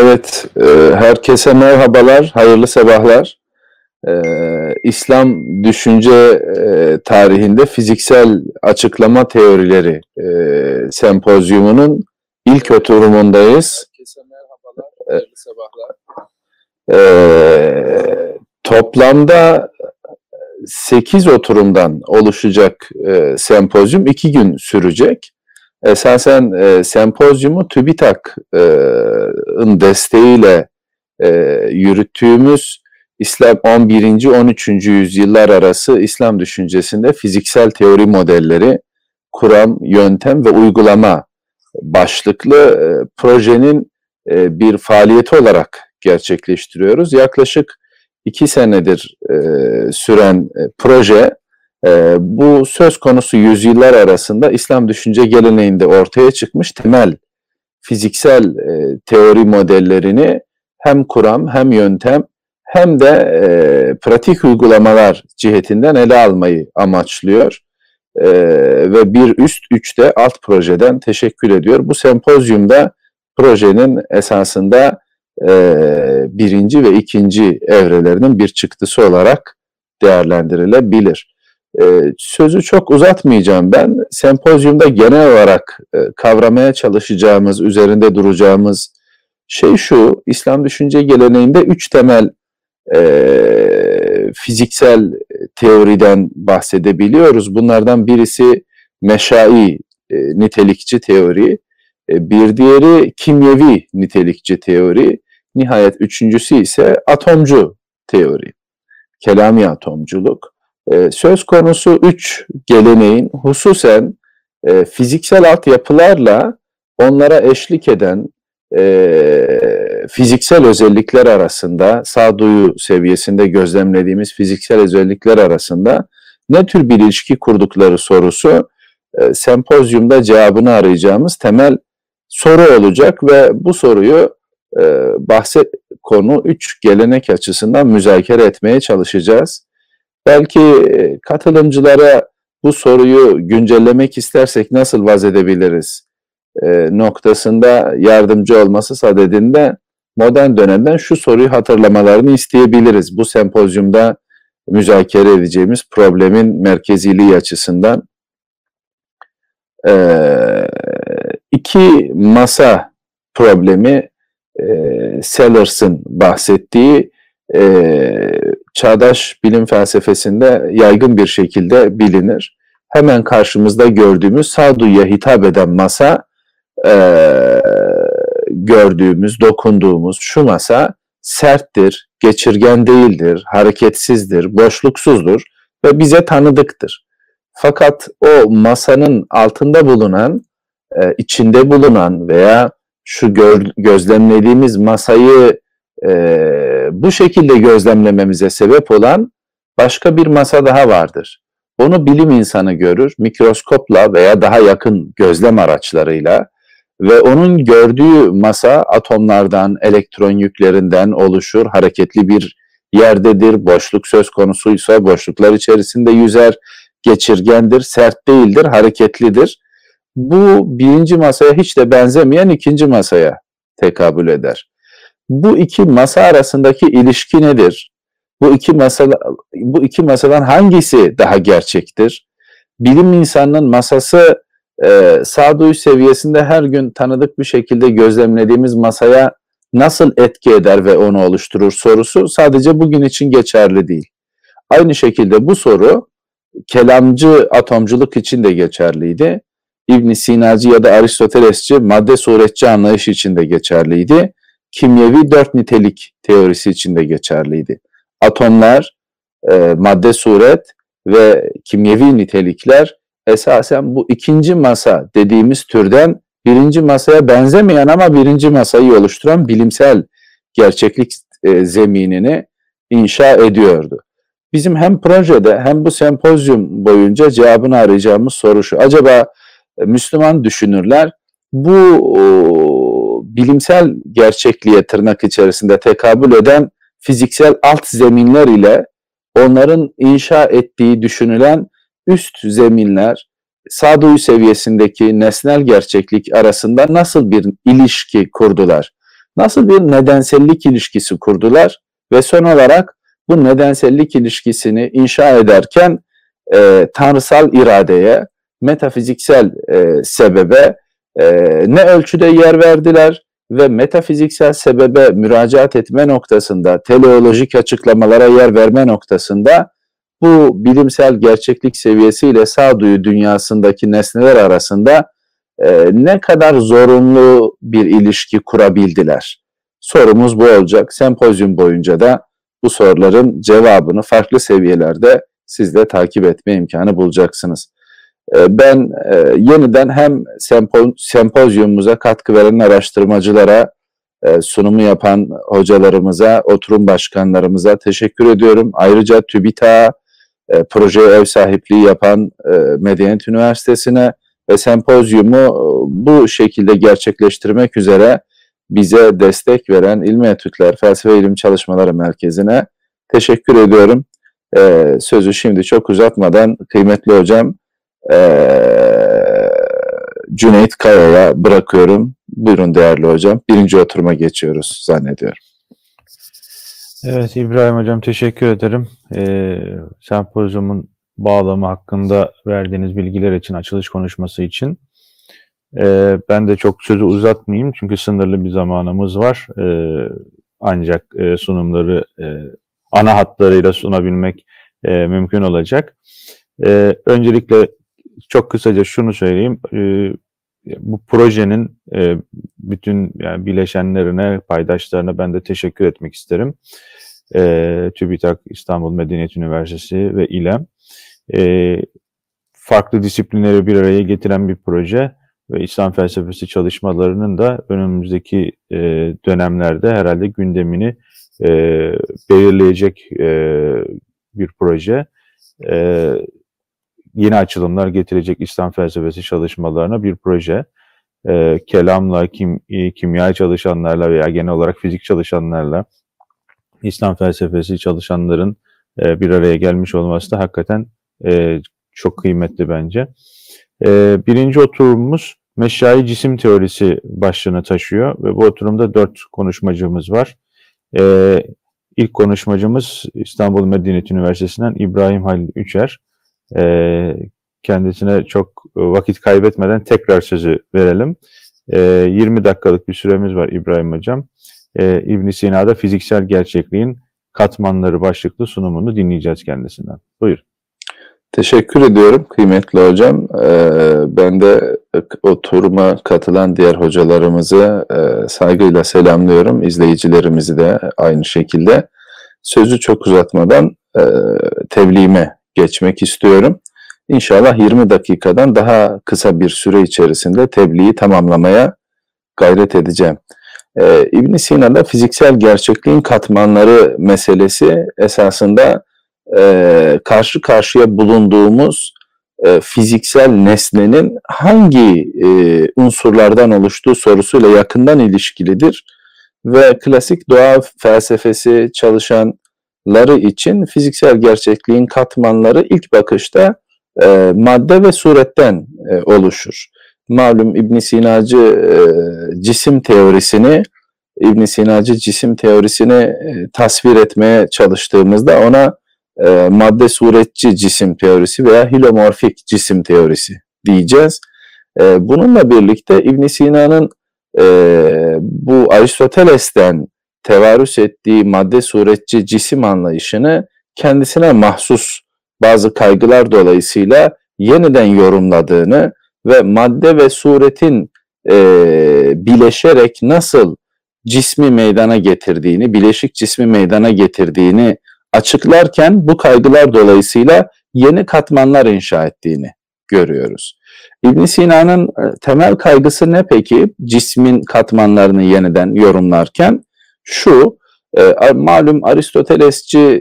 Evet, herkese merhabalar, hayırlı sabahlar. İslam düşünce tarihinde fiziksel açıklama teorileri sempozyumunun ilk oturumundayız. Herkese merhabalar, hayırlı sabahlar. Toplamda 8 oturumdan oluşacak sempozyum 2 gün sürecek. Esasen sempozyumu TÜBİTAK'ın desteğiyle yürüttüğümüz İslam 11. 13. yüzyıllar arası İslam düşüncesinde fiziksel teori modelleri, kuram, yöntem ve uygulama başlıklı projenin bir faaliyeti olarak gerçekleştiriyoruz. Yaklaşık 2 senedir süren proje, bu söz konusu yüzyıllar arasında İslam düşünce geleneğinde ortaya çıkmış temel fiziksel teori modellerini hem kuram hem yöntem hem de pratik uygulamalar cihetinden ele almayı amaçlıyor. Ve bir üst 3'te alt projeden teşekkür ediyor. Bu sempozyumda projenin esasında birinci ve ikinci evrelerinin bir çıktısı olarak değerlendirilebilir. Sözü çok uzatmayacağım ben. Sempozyumda genel olarak kavramaya çalışacağımız, üzerinde duracağımız şey şu: İslam düşünce geleneğinde 3 temel fiziksel teoriden bahsedebiliyoruz. Bunlardan birisi meşai nitelikçi teori, bir diğeri kimyevi nitelikçi teori, nihayet üçüncüsü ise atomcu teori, kelami atomculuk. Söz konusu 3 geleneğin hususen fiziksel altyapılarla onlara eşlik eden fiziksel özellikler arasında, sağduyu seviyesinde gözlemlediğimiz fiziksel özellikler arasında ne tür bir ilişki kurdukları sorusu sempozyumda cevabını arayacağımız temel soru olacak ve bu soruyu konu 3 gelenek açısından müzakere etmeye çalışacağız. Belki katılımcılara bu soruyu güncellemek istersek nasıl vaz edebiliriz noktasında yardımcı olması sadedinde modern dönemden şu soruyu hatırlamalarını isteyebiliriz. Bu sempozyumda müzakere edeceğimiz problemin merkeziliği açısından. İki masa problemi, Sellers'ın bahsettiği, çağdaş bilim felsefesinde yaygın bir şekilde bilinir. Hemen karşımızda gördüğümüz sağduyuya hitap eden masa, gördüğümüz, dokunduğumuz şu masa serttir, geçirgen değildir, hareketsizdir, boşluksuzdur ve bize tanıdıktır. Fakat o masanın altında bulunan, içinde bulunan veya şu gözlemlediğimiz masayı bu şekilde gözlemlememize sebep olan başka bir masa daha vardır. Onu bilim insanı görür, mikroskopla veya daha yakın gözlem araçlarıyla ve onun gördüğü masa atomlardan, elektron yüklerinden oluşur, hareketli bir yerdedir, boşluk söz konusuysa boşluklar içerisinde yüzer, geçirgendir, sert değildir, hareketlidir. Bu birinci masaya hiç de benzemeyen ikinci masaya tekabül eder. Bu iki masa arasındaki ilişki nedir? Bu iki masadan hangisi daha gerçektir? Bilim insanının masası sağduyu seviyesinde her gün tanıdık bir şekilde gözlemlediğimiz masaya nasıl etki eder ve onu oluşturur sorusu sadece bugün için geçerli değil. Aynı şekilde bu soru kelamcı atomculuk için de geçerliydi. İbn Sinacı ya da Aristotelesçi madde suretçi anlayış için de geçerliydi. Kimyevi 4 nitelik teorisi için de geçerliydi. Atomlar, madde suret ve kimyevi nitelikler esasen bu ikinci masa dediğimiz türden birinci masaya benzemeyen ama birinci masayı oluşturan bilimsel gerçeklik zeminini inşa ediyordu. Bizim hem projede hem bu sempozyum boyunca cevabını arayacağımız soru şu: acaba Müslüman düşünürler bu bilimsel gerçekliğe tırnak içerisinde tekabül eden fiziksel alt zeminler ile onların inşa ettiği düşünülen üst zeminler, sağduyu seviyesindeki nesnel gerçeklik arasında nasıl bir ilişki kurdular? nasıl bir nedensellik ilişkisi kurdular ve son olarak bu nedensellik ilişkisini inşa ederken tanrısal iradeye, metafiziksel sebebe ne ölçüde yer verdiler ve metafiziksel sebebe müracaat etme noktasında, teleolojik açıklamalara yer verme noktasında bu bilimsel gerçeklik seviyesiyle sağduyu dünyasındaki nesneler arasında ne kadar zorunlu bir ilişki kurabildiler? Sorumuz bu olacak. Sempozyum boyunca da bu soruların cevabını farklı seviyelerde siz de takip etme imkanı bulacaksınız. Ben yeniden hem sempozyumumuza katkı veren araştırmacılara, sunumu yapan hocalarımıza, oturum başkanlarımıza teşekkür ediyorum. Ayrıca TÜBİTAK'a, projeye ev sahipliği yapan Medeniyet Üniversitesi'ne ve sempozyumu bu şekilde gerçekleştirmek üzere bize destek veren İlmi Etütler Felsefe İlim Çalışmaları Merkezi'ne teşekkür ediyorum. Sözü şimdi çok uzatmadan kıymetli hocam Cüneyt Kaya'ya bırakıyorum. Buyurun değerli hocam. Birinci oturuma geçiyoruz zannediyorum. Evet İbrahim Hocam teşekkür ederim. Sempozyumun bağlamı hakkında verdiğiniz bilgiler için, açılış konuşması için. Ben de çok sözü uzatmayayım çünkü sınırlı bir zamanımız var. Ancak sunumları ana hatlarıyla sunabilmek mümkün olacak. Öncelikle çok kısaca şunu söyleyeyim. Bu projenin bütün yani bileşenlerine, paydaşlarına ben de teşekkür etmek isterim. TÜBİTAK, İstanbul Medeniyet Üniversitesi ve İLEM. Farklı disiplinleri bir araya getiren bir proje ve İslam felsefesi çalışmalarının da önümüzdeki dönemlerde herhalde gündemini belirleyecek bir proje. Yeni açılımlar getirecek İslam felsefesi çalışmalarına bir proje. Kelamla, kimya çalışanlarla veya genel olarak fizik çalışanlarla İslam felsefesi çalışanların bir araya gelmiş olması da hakikaten çok kıymetli bence. Birinci oturumumuz Meşai cisim teorisi başlığını taşıyor ve bu oturumda 4 konuşmacımız var. İlk konuşmacımız İstanbul Medeniyet Üniversitesi'nden İbrahim Halil Üçer. Kendisine çok vakit kaybetmeden tekrar sözü verelim. 20 dakikalık bir süremiz var İbrahim Hocam. İbn Sina'da fiziksel gerçekliğin katmanları başlıklı sunumunu dinleyeceğiz kendisinden. Buyurun. Teşekkür ediyorum kıymetli hocam. Ben de oturuma katılan diğer hocalarımızı saygıyla selamlıyorum. İzleyicilerimizi de aynı şekilde. Sözü çok uzatmadan tebliğime geçmek istiyorum. İnşallah 20 dakikadan daha kısa bir süre içerisinde tebliği tamamlamaya gayret edeceğim. İbn Sina'da fiziksel gerçekliğin katmanları meselesi esasında karşı karşıya bulunduğumuz fiziksel nesnenin hangi unsurlardan oluştuğu sorusuyla yakından ilişkilidir ve klasik doğa felsefesi çalışanları için fiziksel gerçekliğin katmanları ilk bakışta madde ve suretten oluşur. Malum İbn Sinacı cisim teorisini tasvir etmeye çalıştığımızda ona madde suretçi cisim teorisi veya hilomorfik cisim teorisi diyeceğiz. Bununla birlikte İbn Sina'nın bu Aristoteles'ten tevarüs ettiği madde suretçi cisim anlayışını kendisine mahsus bazı kaygılar dolayısıyla yeniden yorumladığını ve madde ve suretin bileşerek nasıl cismi meydana getirdiğini, bileşik cismi meydana getirdiğini açıklarken bu kaygılar dolayısıyla yeni katmanlar inşa ettiğini görüyoruz. İbn Sina'nın temel kaygısı ne peki? Cismin katmanlarını yeniden yorumlarken şu, malum Aristotelesçi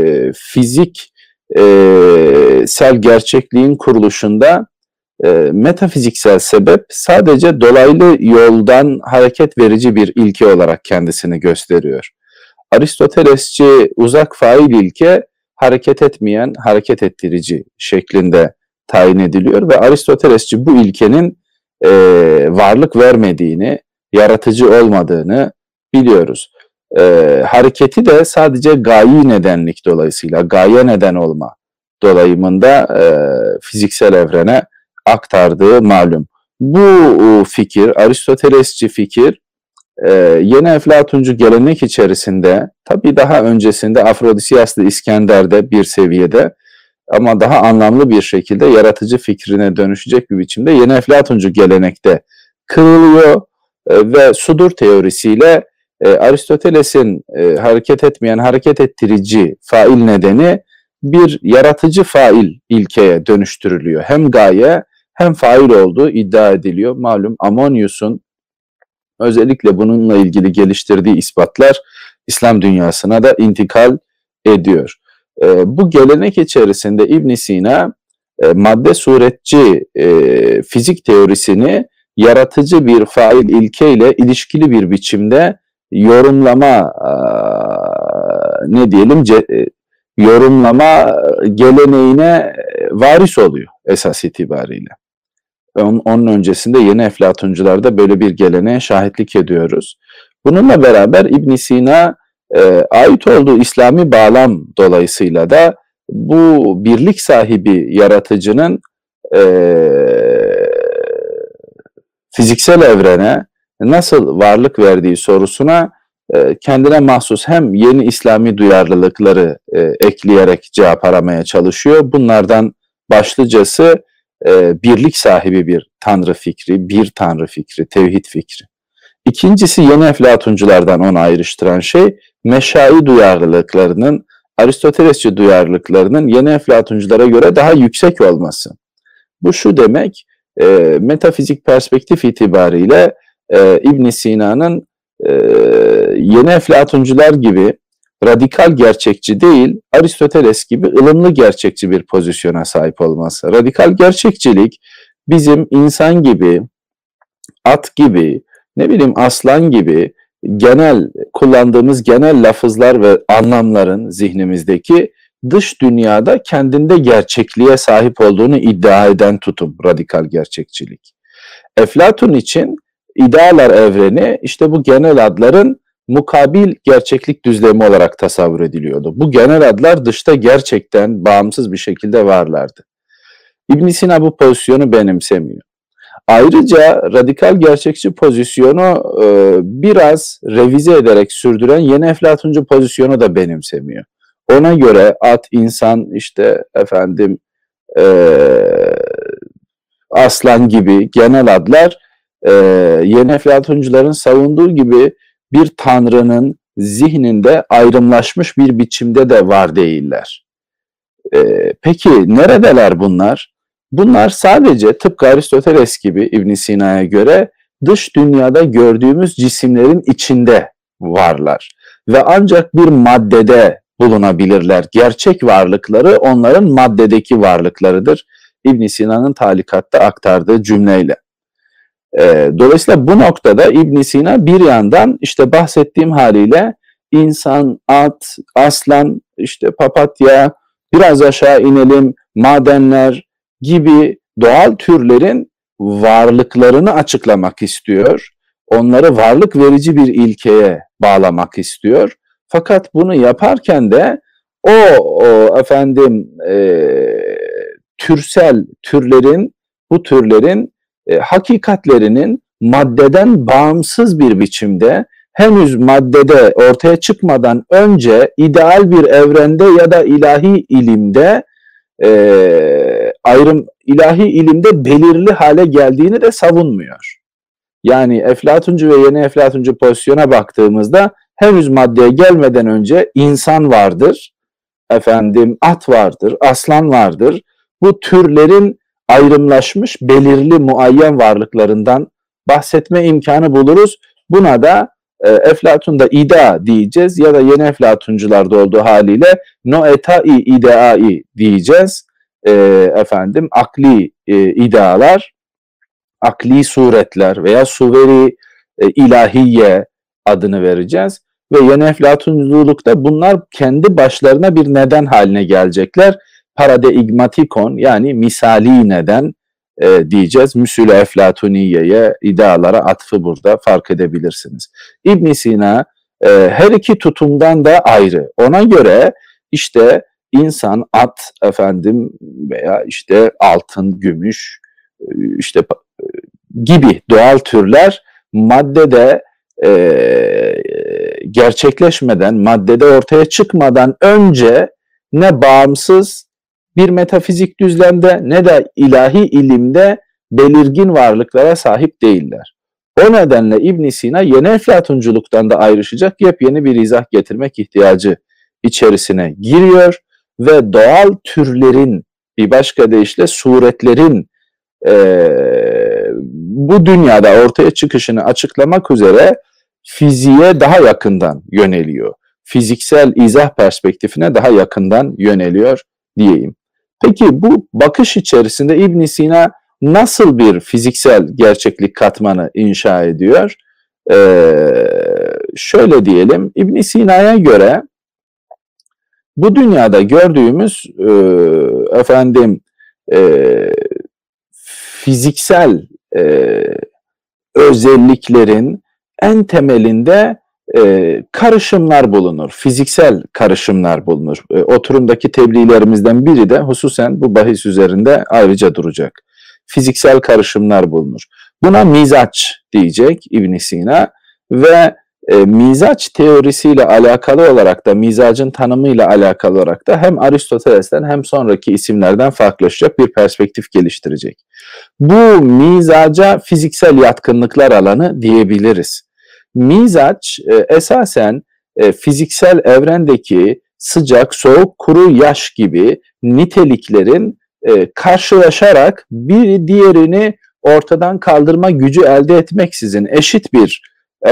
fiziksel gerçekliğin kuruluşunda metafiziksel sebep sadece dolaylı yoldan hareket verici bir ilke olarak kendisini gösteriyor. Aristotelesçi uzak fail ilke hareket etmeyen, hareket ettirici şeklinde tayin ediliyor ve Aristotelesçi bu ilkenin varlık vermediğini, yaratıcı olmadığını, biliyoruz. Hareketi de sadece gayi nedenlik dolayısıyla, gaye neden olma dolayımında fiziksel evrene aktardığı malum. Bu fikir, Aristotelesçi fikir, yeni Eflatuncu gelenek içerisinde, tabii daha öncesinde Afrodisiyaslı İskender'de bir seviyede ama daha anlamlı bir şekilde yaratıcı fikrine dönüşecek bir biçimde yeni Eflatuncu gelenekte kırılıyor ve sudur teorisiyle Aristoteles'in hareket etmeyen, hareket ettirici fail nedeni bir yaratıcı fail ilkeye dönüştürülüyor. Hem gaye hem fail olduğu iddia ediliyor. Malum Ammonius'un özellikle bununla ilgili geliştirdiği ispatlar İslam dünyasına da intikal ediyor. Bu gelenek içerisinde İbn Sina madde suretçi fizik teorisini yaratıcı bir fail ilkeyle ilişkili bir biçimde yorumlama yorumlama geleneğine varis oluyor esas itibariyle. Onun öncesinde yeni Eflatuncularda böyle bir geleneğe şahitlik ediyoruz. Bununla beraber İbn Sina ait olduğu İslami bağlam dolayısıyla da bu birlik sahibi yaratıcının fiziksel evrene nasıl varlık verdiği sorusuna kendine mahsus hem yeni İslami duyarlılıkları ekleyerek cevap aramaya çalışıyor. Bunlardan başlıcası birlik sahibi bir tanrı fikri, bir tanrı fikri, tevhid fikri. İkincisi yeni Eflatunculardan onu ayrıştıran şey meşai duyarlılıklarının, Aristotelesçi duyarlılıklarının yeni Eflatunculara göre daha yüksek olması. Bu şu demek, metafizik perspektif itibariyle İbn Sina'nın yeni Eflatuncular gibi radikal gerçekçi değil, Aristoteles gibi ılımlı gerçekçi bir pozisyona sahip olması. Radikal gerçekçilik bizim insan gibi, at gibi, aslan gibi kullandığımız genel lafızlar ve anlamların zihnimizdeki dış dünyada kendinde gerçekliğe sahip olduğunu iddia eden tutum, radikal gerçekçilik. Eflatun için idealar evreni işte bu genel adların mukabil gerçeklik düzlemi olarak tasavvur ediliyordu. Bu genel adlar dışta gerçekten bağımsız bir şekilde varlardı. İbn Sina bu pozisyonu benimsemiyor. Ayrıca radikal gerçekçi pozisyonu biraz revize ederek sürdüren yeni Eflatuncu pozisyonu da benimsemiyor. Ona göre at, insan, aslan gibi genel adlar yeni Eflatuncuların savunduğu gibi bir tanrının zihninde ayrımlaşmış bir biçimde de var değiller. Peki neredeler bunlar? Bunlar sadece tıpkı Aristoteles gibi İbn Sina'ya göre dış dünyada gördüğümüz cisimlerin içinde varlar. Ve ancak bir maddede bulunabilirler. Gerçek varlıkları onların maddedeki varlıklarıdır. İbn Sina'nın talikatta aktardığı cümleyle. Dolayısıyla bu noktada İbn Sina bir yandan işte bahsettiğim haliyle insan, at, aslan, papatya, biraz aşağı inelim, madenler gibi doğal türlerin varlıklarını açıklamak istiyor. Onları varlık verici bir ilkeye bağlamak istiyor. Fakat bunu yaparken de bu türlerin hakikatlerinin maddeden bağımsız bir biçimde henüz maddede ortaya çıkmadan önce ideal bir evrende ya da ilahi ilimde belirli hale geldiğini de savunmuyor. Yani Eflatuncu ve yeni Eflatuncu pozisyona baktığımızda henüz maddeye gelmeden önce insan vardır, at vardır, aslan vardır. Bu türlerin ayrımlaşmış belirli muayyen varlıklarından bahsetme imkanı buluruz. Buna da Eflatun'da ida diyeceğiz ya da yeni Eflatuncularda olduğu haliyle noetai ideai diyeceğiz. Akli idealar, akli suretler veya suveri ilahiye adını vereceğiz. Ve yeni Eflatunculukta bunlar kendi başlarına bir neden haline gelecekler. Paradigmatikon yani misali neden, diyeceğiz. Müsül-i Eflatuniye'ye, idealara atfı burada fark edebilirsiniz. İbn Sina her iki tutumdan da ayrı. Ona göre işte insan, at efendim veya işte altın, gümüş işte gibi doğal türler maddede gerçekleşmeden, maddede ortaya çıkmadan önce ne bağımsız bir metafizik düzlemde ne de ilahi ilimde belirgin varlıklara sahip değiller. O nedenle İbn Sina yeni eflatunculuktan da ayrışacak yepyeni bir izah getirmek ihtiyacı içerisine giriyor ve doğal türlerin, bir başka deyişle suretlerin bu dünyada ortaya çıkışını açıklamak üzere fiziğe daha yakından yöneliyor. Fiziksel izah perspektifine daha yakından yöneliyor diyeyim. Peki bu bakış içerisinde İbn Sina nasıl bir fiziksel gerçeklik katmanı inşa ediyor? Şöyle diyelim, İbn Sina'ya göre bu dünyada gördüğümüz fiziksel özelliklerin en temelinde karışımlar bulunur. Fiziksel karışımlar bulunur. Oturumdaki tebliğlerimizden biri de hususen bu bahis üzerinde ayrıca duracak. Fiziksel karışımlar bulunur. Buna mizaç diyecek İbn Sina ve mizaç teorisiyle alakalı olarak da, mizacın tanımıyla alakalı olarak da hem Aristoteles'ten hem sonraki isimlerden farklılaşacak bir perspektif geliştirecek. Bu mizaca fiziksel yatkınlıklar alanı diyebiliriz. Mizaç esasen fiziksel evrendeki sıcak, soğuk, kuru, yaş gibi niteliklerin karşılaşarak biri diğerini ortadan kaldırma gücü elde etmeksizin eşit bir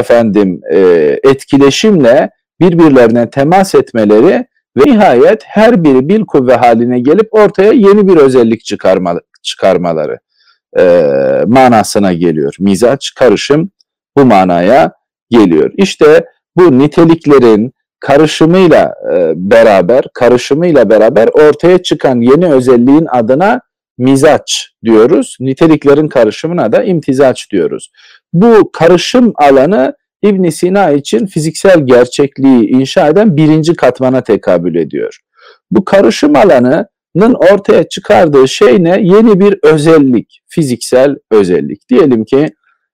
etkileşimle birbirlerine temas etmeleri ve nihayet her biri bir kuvve haline gelip ortaya yeni bir özellik çıkarmaları manasına geliyor. Mizaç, karışım bu manaya geliyor. İşte bu niteliklerin karışımıyla beraber ortaya çıkan yeni özelliğin adına mizaç diyoruz. Niteliklerin karışımına da imtizaç diyoruz. Bu karışım alanı İbn Sina için fiziksel gerçekliği inşa eden birinci katmana tekabül ediyor. Bu karışım alanının ortaya çıkardığı şey ne? Yeni bir özellik, fiziksel özellik. Diyelim ki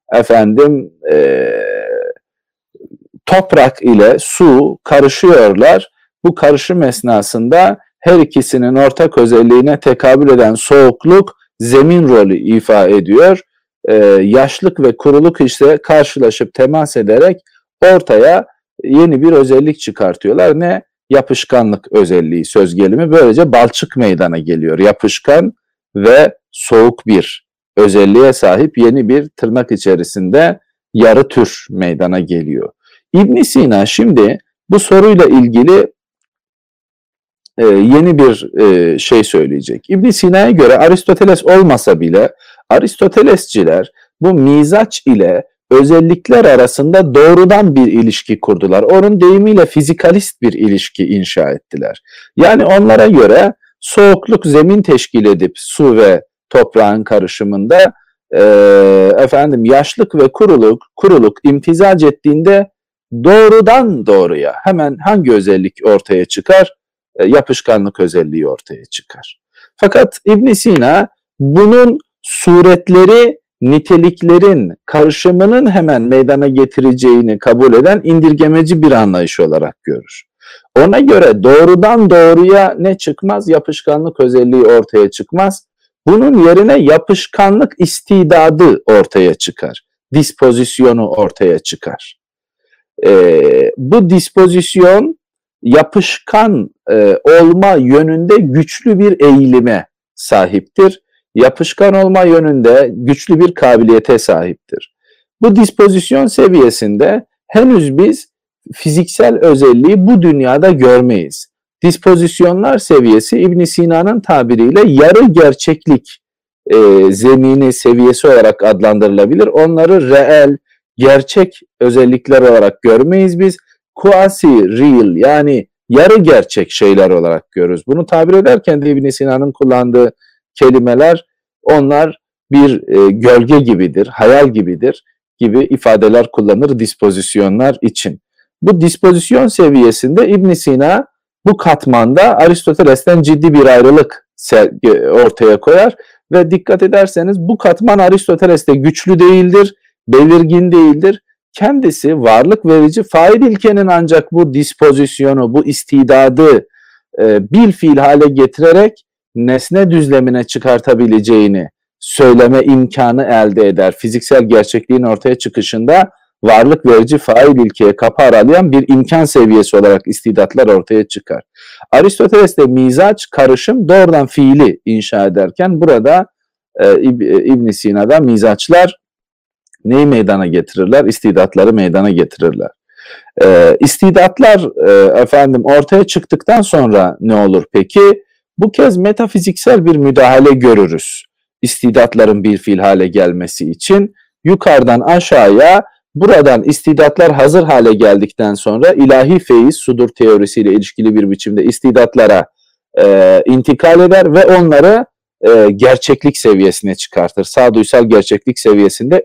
toprak ile su karışıyorlar. Bu karışım esnasında her ikisinin ortak özelliğine tekabül eden soğukluk zemin rolü ifa ediyor. Yaşlık ve kuruluk ise karşılaşıp temas ederek ortaya yeni bir özellik çıkartıyorlar. Ne? Yapışkanlık özelliği söz gelimi. Böylece balçık meydana geliyor. Yapışkan ve soğuk bir özelliğe sahip yeni bir tırnak içerisinde yarı tür meydana geliyor. İbn Sina şimdi bu soruyla ilgili yeni bir şey söyleyecek. İbn Sina'ya göre Aristoteles olmasa bile Aristotelesciler bu mizaç ile özellikler arasında doğrudan bir ilişki kurdular. Onun deyimiyle fizikalist bir ilişki inşa ettiler. Yani onlara göre soğukluk zemin teşkil edip su ve toprağın karışımında yaşlık ve kuruluk imtizac ettiğinde doğrudan doğruya hemen hangi özellik ortaya çıkar? Yapışkanlık özelliği ortaya çıkar. Fakat İbn Sina bunun suretleri niteliklerin karışımının hemen meydana getireceğini kabul eden indirgemeci bir anlayış olarak görür. Ona göre doğrudan doğruya ne çıkmaz? Yapışkanlık özelliği ortaya çıkmaz. Bunun yerine yapışkanlık istidadı ortaya çıkar. Dispozisyonu ortaya çıkar. Bu dispozisyon yapışkan olma yönünde güçlü bir eğilime sahiptir. Yapışkan olma yönünde güçlü bir kabiliyete sahiptir. Bu dispozisyon seviyesinde henüz biz fiziksel özelliği bu dünyada görmeyiz. Dispozisyonlar seviyesi İbn Sina'nın tabiriyle yarı gerçeklik zemini seviyesi olarak adlandırılabilir. Onları reel, gerçek özellikler olarak görmeyiz biz. Quasi-real yani yarı gerçek şeyler olarak görürüz. Bunu tabir ederken de İbn Sina'nın kullandığı kelimeler onlar bir gölge gibidir, hayal gibidir gibi ifadeler kullanır dispozisyonlar için. Bu dispozisyon seviyesinde İbn Sina bu katmanda Aristoteles'ten ciddi bir ayrılık ortaya koyar ve dikkat ederseniz bu katman Aristoteles'te güçlü değildir, belirgin değildir. Kendisi varlık verici fail ilkenin ancak bu dispozisyonu, bu istidadı bil fiil hale getirerek nesne düzlemine çıkartabileceğini söyleme imkanı elde eder. Fiziksel gerçekliğin ortaya çıkışında varlık verici fail ilkeye kapı aralayan bir imkan seviyesi olarak istidatlar ortaya çıkar. Aristoteles'te mizaç, karışım doğrudan fiili inşa ederken burada İbn Sina'da mizaçlar neyi meydana getirirler? İstidatları meydana getirirler. İstidatlar ortaya çıktıktan sonra ne olur peki? Bu kez metafiziksel bir müdahale görürüz. İstidatların bir fiil hale gelmesi için yukarıdan aşağıya buradan istidatlar hazır hale geldikten sonra ilahi feyiz sudur teorisiyle ilişkili bir biçimde istidatlara intikal eder ve onları gerçeklik seviyesine çıkartır. Sağduysal gerçeklik seviyesinde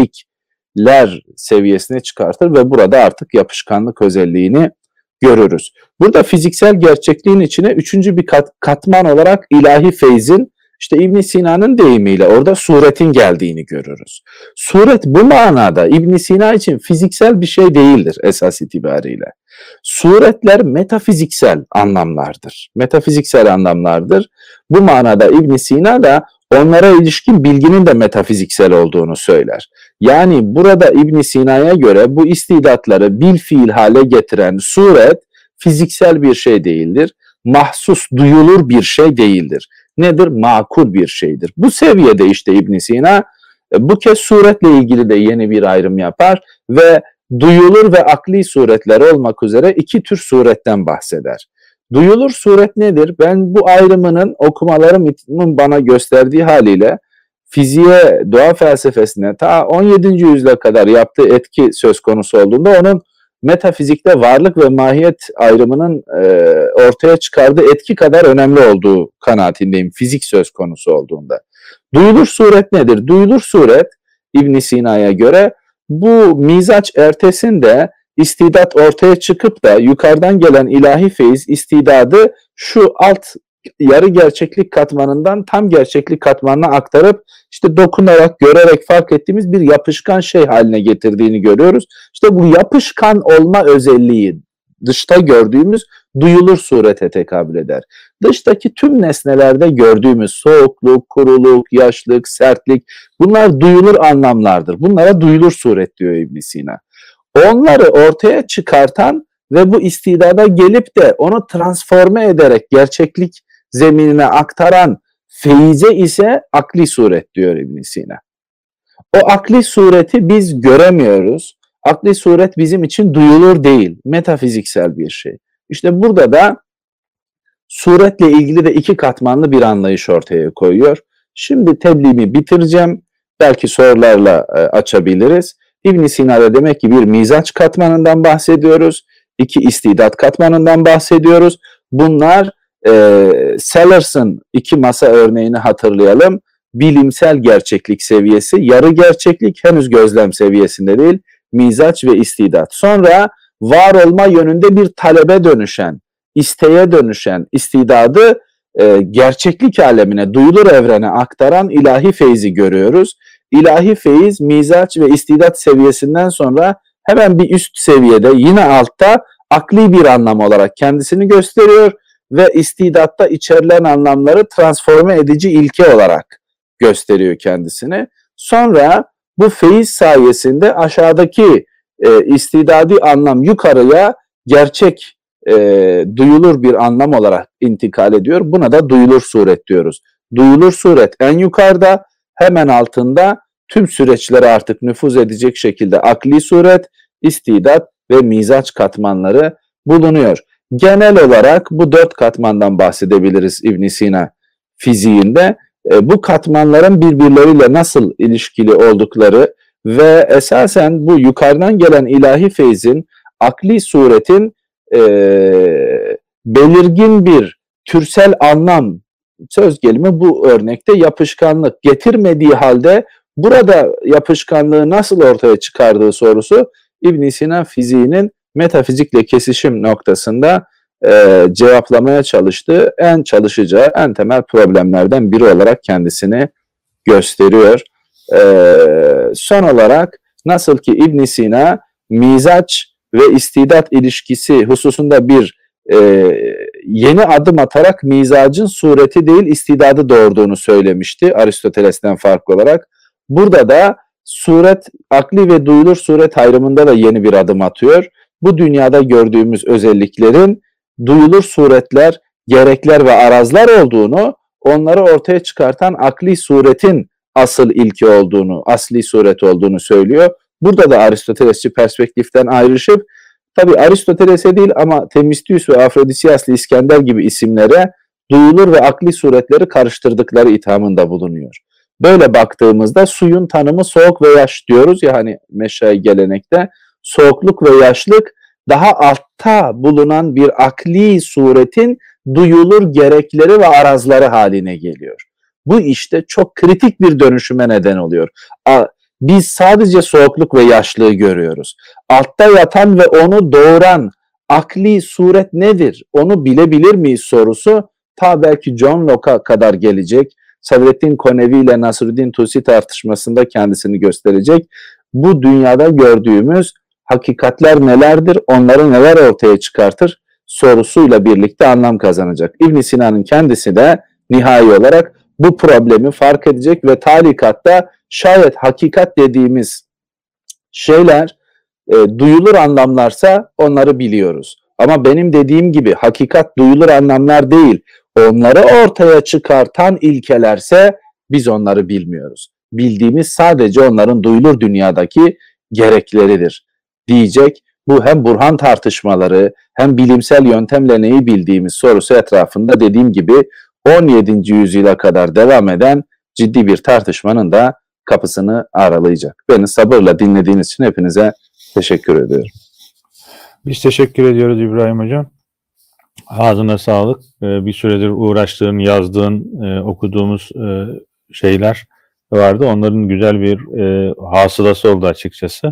özellikler seviyesine çıkartır ve burada artık yapışkanlık özelliğini görürüz. Burada fiziksel gerçekliğin içine üçüncü bir katman olarak ilahi feyzin, işte İbn Sina'nın deyimiyle orada suretin geldiğini görürüz. Suret bu manada İbn Sina için fiziksel bir şey değildir esas itibariyle. Suretler metafiziksel anlamlardır. Metafiziksel anlamlardır. Bu manada İbn Sina da onlara ilişkin bilginin de metafiziksel olduğunu söyler. Yani burada İbn Sina'ya göre bu istidatları bil fiil hale getiren suret fiziksel bir şey değildir. Mahsus, duyulur bir şey değildir. Nedir? Makul bir şeydir. Bu seviyede işte İbn Sina bu kez suretle ilgili de yeni bir ayrım yapar ve duyulur ve akli suretler olmak üzere iki tür suretten bahseder. Duyulur suret nedir? Ben bu ayrımının okumalarımın bana gösterdiği haliyle fiziğe, doğa felsefesine ta 17. yüzyıla kadar yaptığı etki söz konusu olduğunda onun metafizikte varlık ve mahiyet ayrımının ortaya çıkardığı etki kadar önemli olduğu kanaatindeyim fizik söz konusu olduğunda. Duyulur suret nedir? Duyulur suret İbn Sina'ya göre bu mizaç ertesinde istidat ortaya çıkıp da yukarıdan gelen ilahi feyiz istidadı şu alt yarı gerçeklik katmanından tam gerçeklik katmanına aktarıp işte dokunarak, görerek fark ettiğimiz bir yapışkan şey haline getirdiğini görüyoruz. İşte bu yapışkan olma özelliği dışta gördüğümüz duyulur surete tekabül eder. Dıştaki tüm nesnelerde gördüğümüz soğukluk, kuruluk, yaşlık, sertlik bunlar duyulur anlamlardır. Bunlara duyulur suret diyor İbn Sina. Onları ortaya çıkartan ve bu istidada gelip de onu transforme ederek gerçeklik zeminine aktaran feyize ise akli suret diyor İbn Sina. O akli sureti biz göremiyoruz. Akli suret bizim için duyulur değil, metafiziksel bir şey. İşte burada da suretle ilgili de iki katmanlı bir anlayış ortaya koyuyor. Şimdi tebliğimi bitireceğim. Belki sorularla açabiliriz. İbn Sina'da demek ki bir mizaç katmanından bahsediyoruz. İki istidat katmanından bahsediyoruz. Bunlar Sellers'ın iki masa örneğini hatırlayalım. Bilimsel gerçeklik seviyesi, yarı gerçeklik henüz gözlem seviyesinde değil, mizaç ve istidat. Sonra var olma yönünde bir talebe dönüşen, isteğe dönüşen istidadı gerçeklik alemine, duyulur evrene aktaran ilahi feyzi görüyoruz. İlahi feyiz, mizaç ve istidat seviyesinden sonra hemen bir üst seviyede yine altta akli bir anlam olarak kendisini gösteriyor ve istidatta içerilen anlamları transforme edici ilke olarak gösteriyor kendisini. Sonra bu feyiz sayesinde aşağıdaki istidadi anlam yukarıya gerçek duyulur bir anlam olarak intikal ediyor. Buna da duyulur suret diyoruz. Duyulur suret en yukarıda, hemen altında tüm süreçlere artık nüfuz edecek şekilde akli suret, istidat ve mizaç katmanları bulunuyor. Genel olarak bu dört katmandan bahsedebiliriz İbn Sina fiziğinde. Bu katmanların birbirleriyle nasıl ilişkili oldukları ve esasen bu yukarıdan gelen ilahi feyzin, akli suretin belirgin bir türsel anlam söz gelimi bu örnekte yapışkanlık getirmediği halde burada yapışkanlığı nasıl ortaya çıkardığı sorusu İbn Sina fiziğinin metafizikle kesişim noktasında cevaplamaya çalıştığı en çalışacağı en temel problemlerden biri olarak kendisini gösteriyor. Son olarak nasıl ki İbn Sina mizaç ve istidat ilişkisi hususunda bir yeni adım atarak mizacın sureti değil istidadı doğurduğunu söylemişti Aristoteles'ten farklı olarak. Burada da suret, akli ve duyulur suret ayrımında da yeni bir adım atıyor. Bu dünyada gördüğümüz özelliklerin duyulur suretler, gerekler ve arazlar olduğunu, onları ortaya çıkartan akli suretin asıl ilki olduğunu, asli suret olduğunu söylüyor. Burada da Aristotelesçi perspektiften ayrışıp, tabi Aristoteles'e değil ama Themistius ve Afrodisiaslı İskender gibi isimlere duyulur ve akli suretleri karıştırdıkları ithamında bulunuyor. Böyle baktığımızda suyun tanımı soğuk ve yaş diyoruz ya hani meşai gelenekte. Soğukluk ve yaşlık daha altta bulunan bir akli suretin duyulur gerekleri ve arazları haline geliyor. Bu işte çok kritik bir dönüşüme neden oluyor. Biz sadece soğukluk ve yaşlığı görüyoruz. Altta yatan ve onu doğuran akli suret nedir? Onu bilebilir miyiz sorusu ta belki John Locke'a kadar gelecek. Sadreddin Konevi ile Nasruddin Tusi tartışmasında kendisini gösterecek. Bu dünyada gördüğümüz hakikatler nelerdir, onları neler ortaya çıkartır sorusuyla birlikte anlam kazanacak. İbn Sina'nın kendisi de nihai olarak bu problemi fark edecek ve talikatta şayet hakikat dediğimiz şeyler duyulur anlamlarsa onları biliyoruz. Ama benim dediğim gibi hakikat duyulur anlamlar değil, onları ortaya çıkartan ilkelerse biz onları bilmiyoruz. Bildiğimiz sadece onların duyulur dünyadaki gerekleridir diyecek. Bu hem Burhan tartışmaları hem bilimsel yöntemle neyi bildiğimiz sorusu etrafında dediğim gibi 17. yüzyıla kadar devam eden ciddi bir tartışmanın da kapısını aralayacak. Beni sabırla dinlediğiniz için hepinize teşekkür ediyorum. Biz teşekkür ediyoruz İbrahim Hocam. Ağzına sağlık. Bir süredir uğraştığın, yazdığın, okuduğumuz şeyler vardı. Onların güzel bir hasılası oldu açıkçası.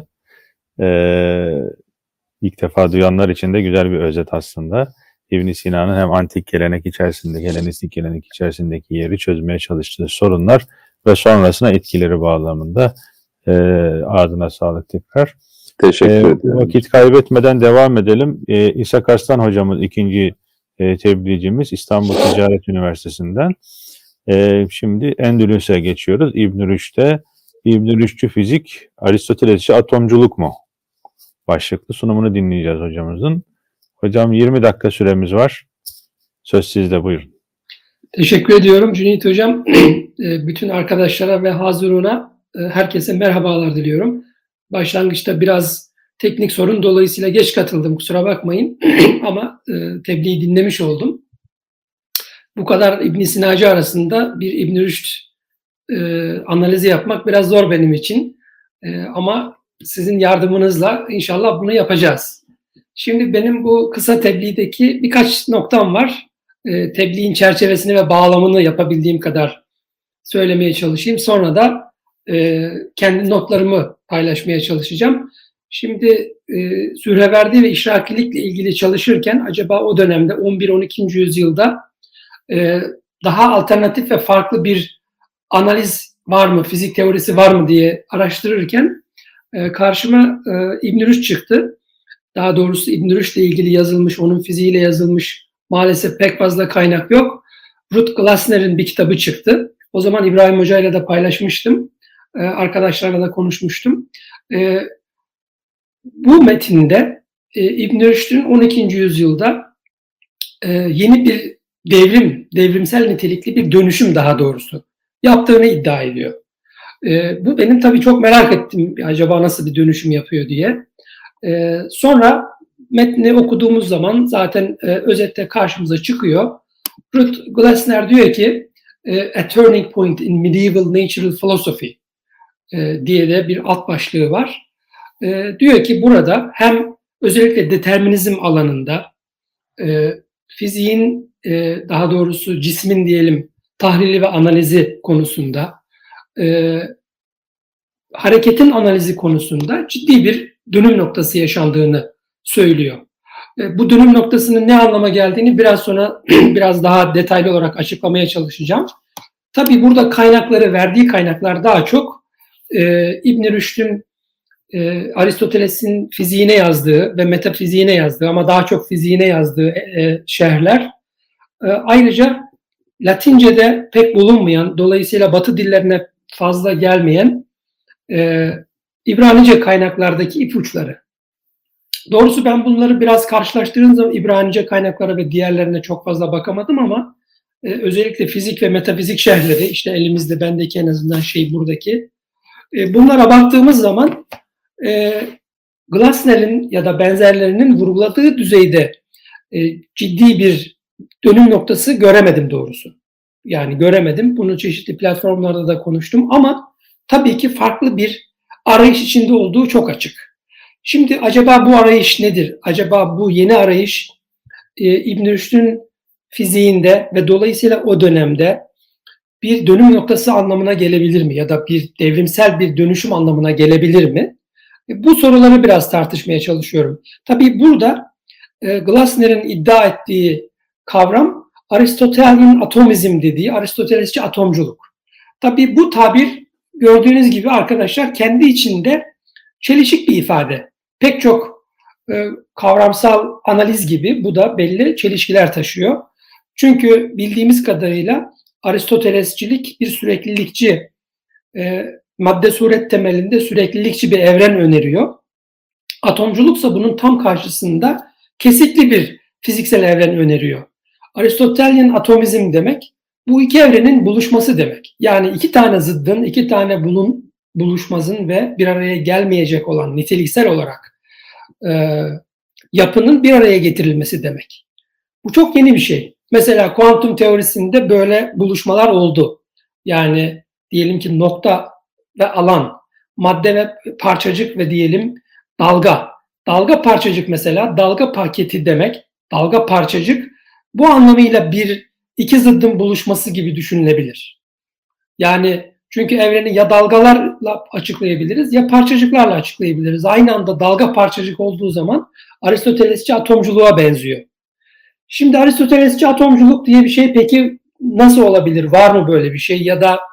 İlk defa duyanlar için de güzel bir özet aslında. İbn Sina'nın hem antik gelenek içerisinde, Helenistik gelenek içerisindeki yeri çözmeye çalıştığı sorunlar ve sonrasına etkileri bağlamında ağzına sağlık tekrar. Teşekkür ederim. Vakit kaybetmeden devam edelim. İshak Arslan hocamız ikinci tebliğcimiz İstanbul Ticaret Üniversitesi'nden. Şimdi Endülüs'e geçiyoruz. İbn-i Rüşd'e İbn-i Rüşd'cü fizik, Aristotelesçi atomculuk mu? Başlıklı sunumunu dinleyeceğiz hocamızın. Hocam 20 dakika süremiz var. Söz sizde, buyurun. Teşekkür ediyorum Cüneyt Hocam. Bütün arkadaşlara ve hazırına herkese merhabalar diliyorum. Başlangıçta biraz teknik sorun dolayısıyla geç katıldım, kusura bakmayın. Ama tebliği dinlemiş oldum. Bu kadar İbn Sinacı arasında bir İbn Rüşd analizi yapmak biraz zor benim için. Ama sizin yardımınızla inşallah bunu yapacağız. Şimdi benim bu kısa tebliğdeki birkaç noktam var. Tebliğin çerçevesini ve bağlamını yapabildiğim kadar söylemeye çalışayım. Sonra da kendi notlarımı paylaşmaya çalışacağım. Şimdi Sühreverdi ve İşrakilikle ilgili çalışırken acaba o dönemde 11-12. yüzyılda daha alternatif ve farklı bir analiz var mı, fizik teorisi var mı diye araştırırken karşıma İbn Rüşd çıktı. Daha doğrusu İbn Rüşd ile ilgili yazılmış, onun fiziğiyle yazılmış maalesef pek fazla kaynak yok. Ruth Glasner'in bir kitabı çıktı. O zaman İbrahim Hoca ile de paylaşmıştım. Arkadaşlarla da konuşmuştum. Bu metinde İbn Rüşd'ün 12. yüzyılda yeni bir devrimsel nitelikli bir dönüşüm daha doğrusu yaptığını iddia ediyor. Bu benim tabii çok merak ettim. Acaba nasıl bir dönüşüm yapıyor diye. Sonra metni okuduğumuz zaman zaten özette karşımıza çıkıyor. Ruth Glasner diyor ki A Turning Point in Medieval Natural Philosophy diye de bir alt başlığı var. Diyor ki burada hem özellikle determinizm alanında fiziğin daha doğrusu cismin diyelim tahlili ve analizi konusunda, hareketin analizi konusunda ciddi bir dönüm noktası yaşandığını söylüyor. Bu dönüm noktasının ne anlama geldiğini biraz sonra biraz daha detaylı olarak açıklamaya çalışacağım. Tabii burada verdiği kaynaklar daha çok İbn Rüşd'ün Aristoteles'in fiziğine yazdığı ve metafiziğine yazdığı ama daha çok fiziğine yazdığı şerhler. Ayrıca Latince'de pek bulunmayan, dolayısıyla Batı dillerine fazla gelmeyen İbranice kaynaklardaki ipuçları. Doğrusu ben bunları biraz karşılaştırdığım zaman İbranice kaynaklara ve diğerlerine çok fazla bakamadım ama özellikle fizik ve metafizik şerhleri, işte elimizde bendeki en azından buradaki. Bunlara baktığımız zaman Glasner'in ya da benzerlerinin vurguladığı düzeyde ciddi bir dönüm noktası göremedim doğrusu. Yani göremedim. Bunu çeşitli platformlarda da konuştum ama tabii ki farklı bir arayış içinde olduğu çok açık. Şimdi acaba bu arayış nedir? Acaba bu yeni arayış İbn Rüşd'ün fiziğinde ve dolayısıyla o dönemde bir dönüm noktası anlamına gelebilir mi? Ya da bir devrimsel bir dönüşüm anlamına gelebilir mi? Bu soruları biraz tartışmaya çalışıyorum. Tabii burada Glasner'in iddia ettiği kavram Aristotel'in atomizm dediği Aristotelesçi atomculuk. Tabii bu tabir gördüğünüz gibi arkadaşlar kendi içinde çelişik bir ifade. Pek çok kavramsal analiz gibi bu da belli çelişkiler taşıyor. Çünkü bildiğimiz kadarıyla Aristotelesçilik bir süreklilikçi, madde suret temelinde süreklilikçi bir evren öneriyor. Atomculuksa bunun tam karşısında kesikli bir fiziksel evren öneriyor. Aristotelyan atomizm demek bu iki evrenin buluşması demek. Yani iki tane zıddın, iki tane buluşmazın ve bir araya gelmeyecek olan niteliksel olarak yapının bir araya getirilmesi demek. Bu çok yeni bir şey. Mesela kuantum teorisinde böyle buluşmalar oldu. Yani diyelim ki nokta ve alan, madde ve parçacık ve diyelim dalga. Dalga parçacık mesela, dalga paketi demek, dalga parçacık bu anlamıyla iki zıddın buluşması gibi düşünülebilir. Yani çünkü evreni ya dalgalarla açıklayabiliriz ya parçacıklarla açıklayabiliriz. Aynı anda dalga parçacık olduğu zaman Aristotelesçi atomculuğa benziyor. Şimdi Aristotelesçi atomculuk diye bir şey peki nasıl olabilir? Var mı böyle bir şey ya da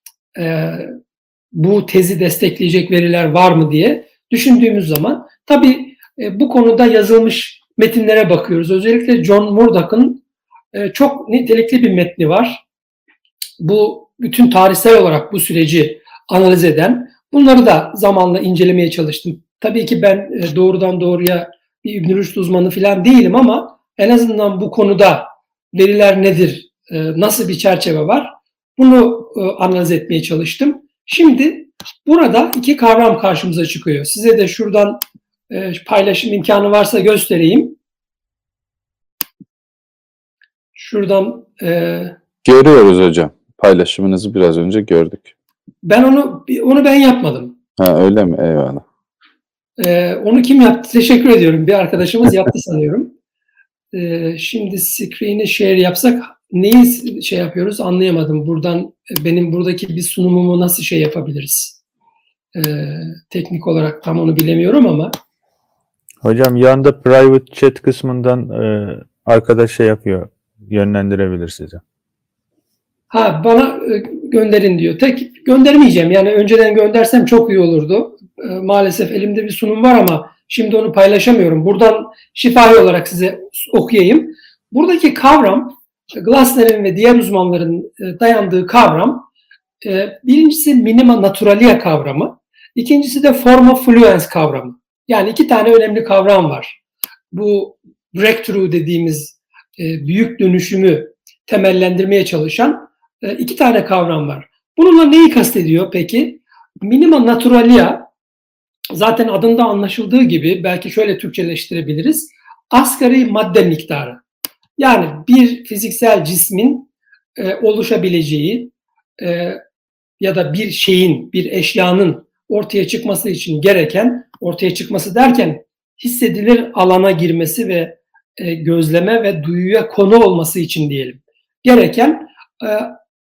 bu tezi destekleyecek veriler var mı diye düşündüğümüz zaman tabii bu konuda yazılmış metinlere bakıyoruz. Özellikle John Murdoch'ın çok nitelikli bir metni var. Bu bütün tarihsel olarak bu süreci analiz eden. Bunları da zamanla incelemeye çalıştım. Tabii ki ben doğrudan doğruya bir İbn Rüşd uzmanı falan değilim ama en azından bu konuda veriler nedir, nasıl bir çerçeve var bunu analiz etmeye çalıştım. Şimdi burada iki kavram karşımıza çıkıyor. Size de şuradan paylaşım imkanı varsa göstereyim. Şuradan görüyoruz hocam. Paylaşımınızı biraz önce gördük. Ben onu ben yapmadım. Ha öyle mi? Eyvallah. Onu kim yaptı? Teşekkür ediyorum. Bir arkadaşımız yaptı sanıyorum. Şimdi screen'i share yapsak neyi yapıyoruz anlayamadım. Buradan benim buradaki bir sunumumu nasıl yapabiliriz? Teknik olarak tam onu bilemiyorum ama. Hocam yanında private chat kısmından arkadaş yapıyor. Yönlendirebilir size. Bana gönderin diyor. Tek göndermeyeceğim. Yani önceden göndersem çok iyi olurdu. Maalesef elimde bir sunum var ama şimdi onu paylaşamıyorum. Buradan şifahi olarak size okuyayım. Buradaki kavram, Glasner'in ve diğer uzmanların dayandığı kavram, birincisi minima naturalia kavramı, ikincisi de forma fluens kavramı. Yani iki tane önemli kavram var. Bu breakthrough dediğimiz büyük dönüşümü temellendirmeye çalışan iki tane kavram var. Bununla neyi kastediyor peki? Minima naturalia, zaten adında anlaşıldığı gibi belki şöyle Türkçeleştirebiliriz. Asgari madde miktarı. Yani bir fiziksel cismin oluşabileceği ya da bir şeyin, bir eşyanın ortaya çıkması için gereken, ortaya çıkması derken hissedilir alana girmesi ve gözleme ve duyuya konu olması için diyelim. Gereken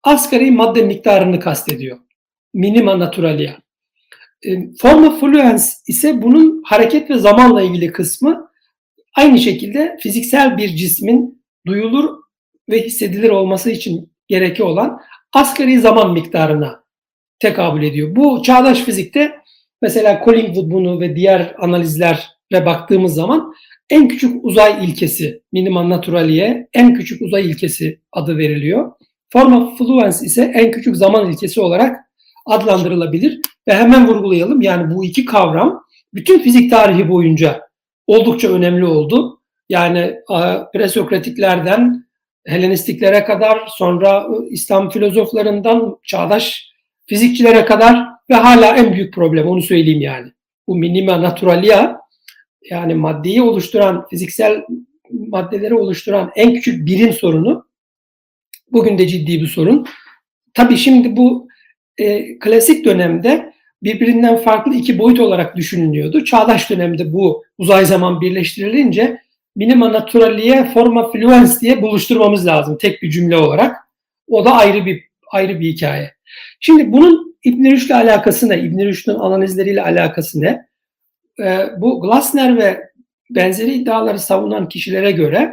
asgari madde miktarını kastediyor. Minima naturalia. Forma fluens ise bunun hareket ve zamanla ilgili kısmı. Aynı şekilde fiziksel bir cismin duyulur ve hissedilir olması için gerekli olan asgari zaman miktarına tekabül ediyor. Bu çağdaş fizikte mesela Collingwood bunu ve diğer analizlere baktığımız zaman en küçük uzay ilkesi, minima naturaliye, en küçük uzay ilkesi adı veriliyor. Forma fluens ise en küçük zaman ilkesi olarak adlandırılabilir. Ve hemen vurgulayalım, yani bu iki kavram bütün fizik tarihi boyunca oldukça önemli oldu. Yani presokratiklerden Helenistiklere kadar, sonra İslam filozoflarından çağdaş fizikçilere kadar ve hala en büyük problem, onu söyleyeyim yani. Bu minima naturalia, yani maddeyi oluşturan, fiziksel maddeleri oluşturan en küçük birim sorunu bugün de ciddi bir sorun. Tabii şimdi bu klasik dönemde birbirinden farklı iki boyut olarak düşünülüyordu. Çağdaş dönemde bu uzay zaman birleştirilince minima naturalia forma fluens diye buluşturmamız lazım tek bir cümle olarak. O da ayrı bir hikaye. Şimdi bunun İbn Rüşd'le alakası ne? İbn Rüşd'ün analizleriyle alakası ne? Bu Glasner ve benzeri iddiaları savunan kişilere göre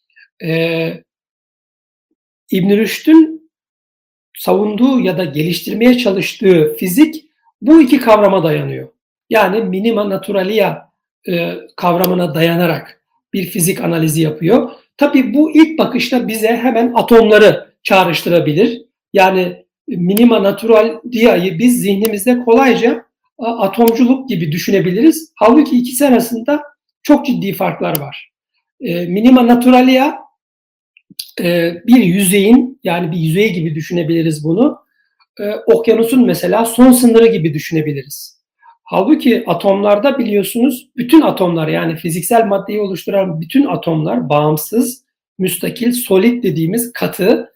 İbn Rüşd'ün savunduğu ya da geliştirmeye çalıştığı fizik bu iki kavrama dayanıyor. Yani minima naturalia kavramına dayanarak bir fizik analizi yapıyor. Tabii bu ilk bakışta bize hemen atomları çağrıştırabilir. Yani minima naturalia'yı biz zihnimizde kolayca atomculuk gibi düşünebiliriz. Halbuki ikisi arasında çok ciddi farklar var. Minima naturalia bir yüzeyin, yani bir yüzey gibi düşünebiliriz bunu. Okyanusun mesela son sınırı gibi düşünebiliriz. Halbuki atomlarda biliyorsunuz bütün atomlar, yani fiziksel maddeyi oluşturan bütün atomlar bağımsız, müstakil, solid dediğimiz katı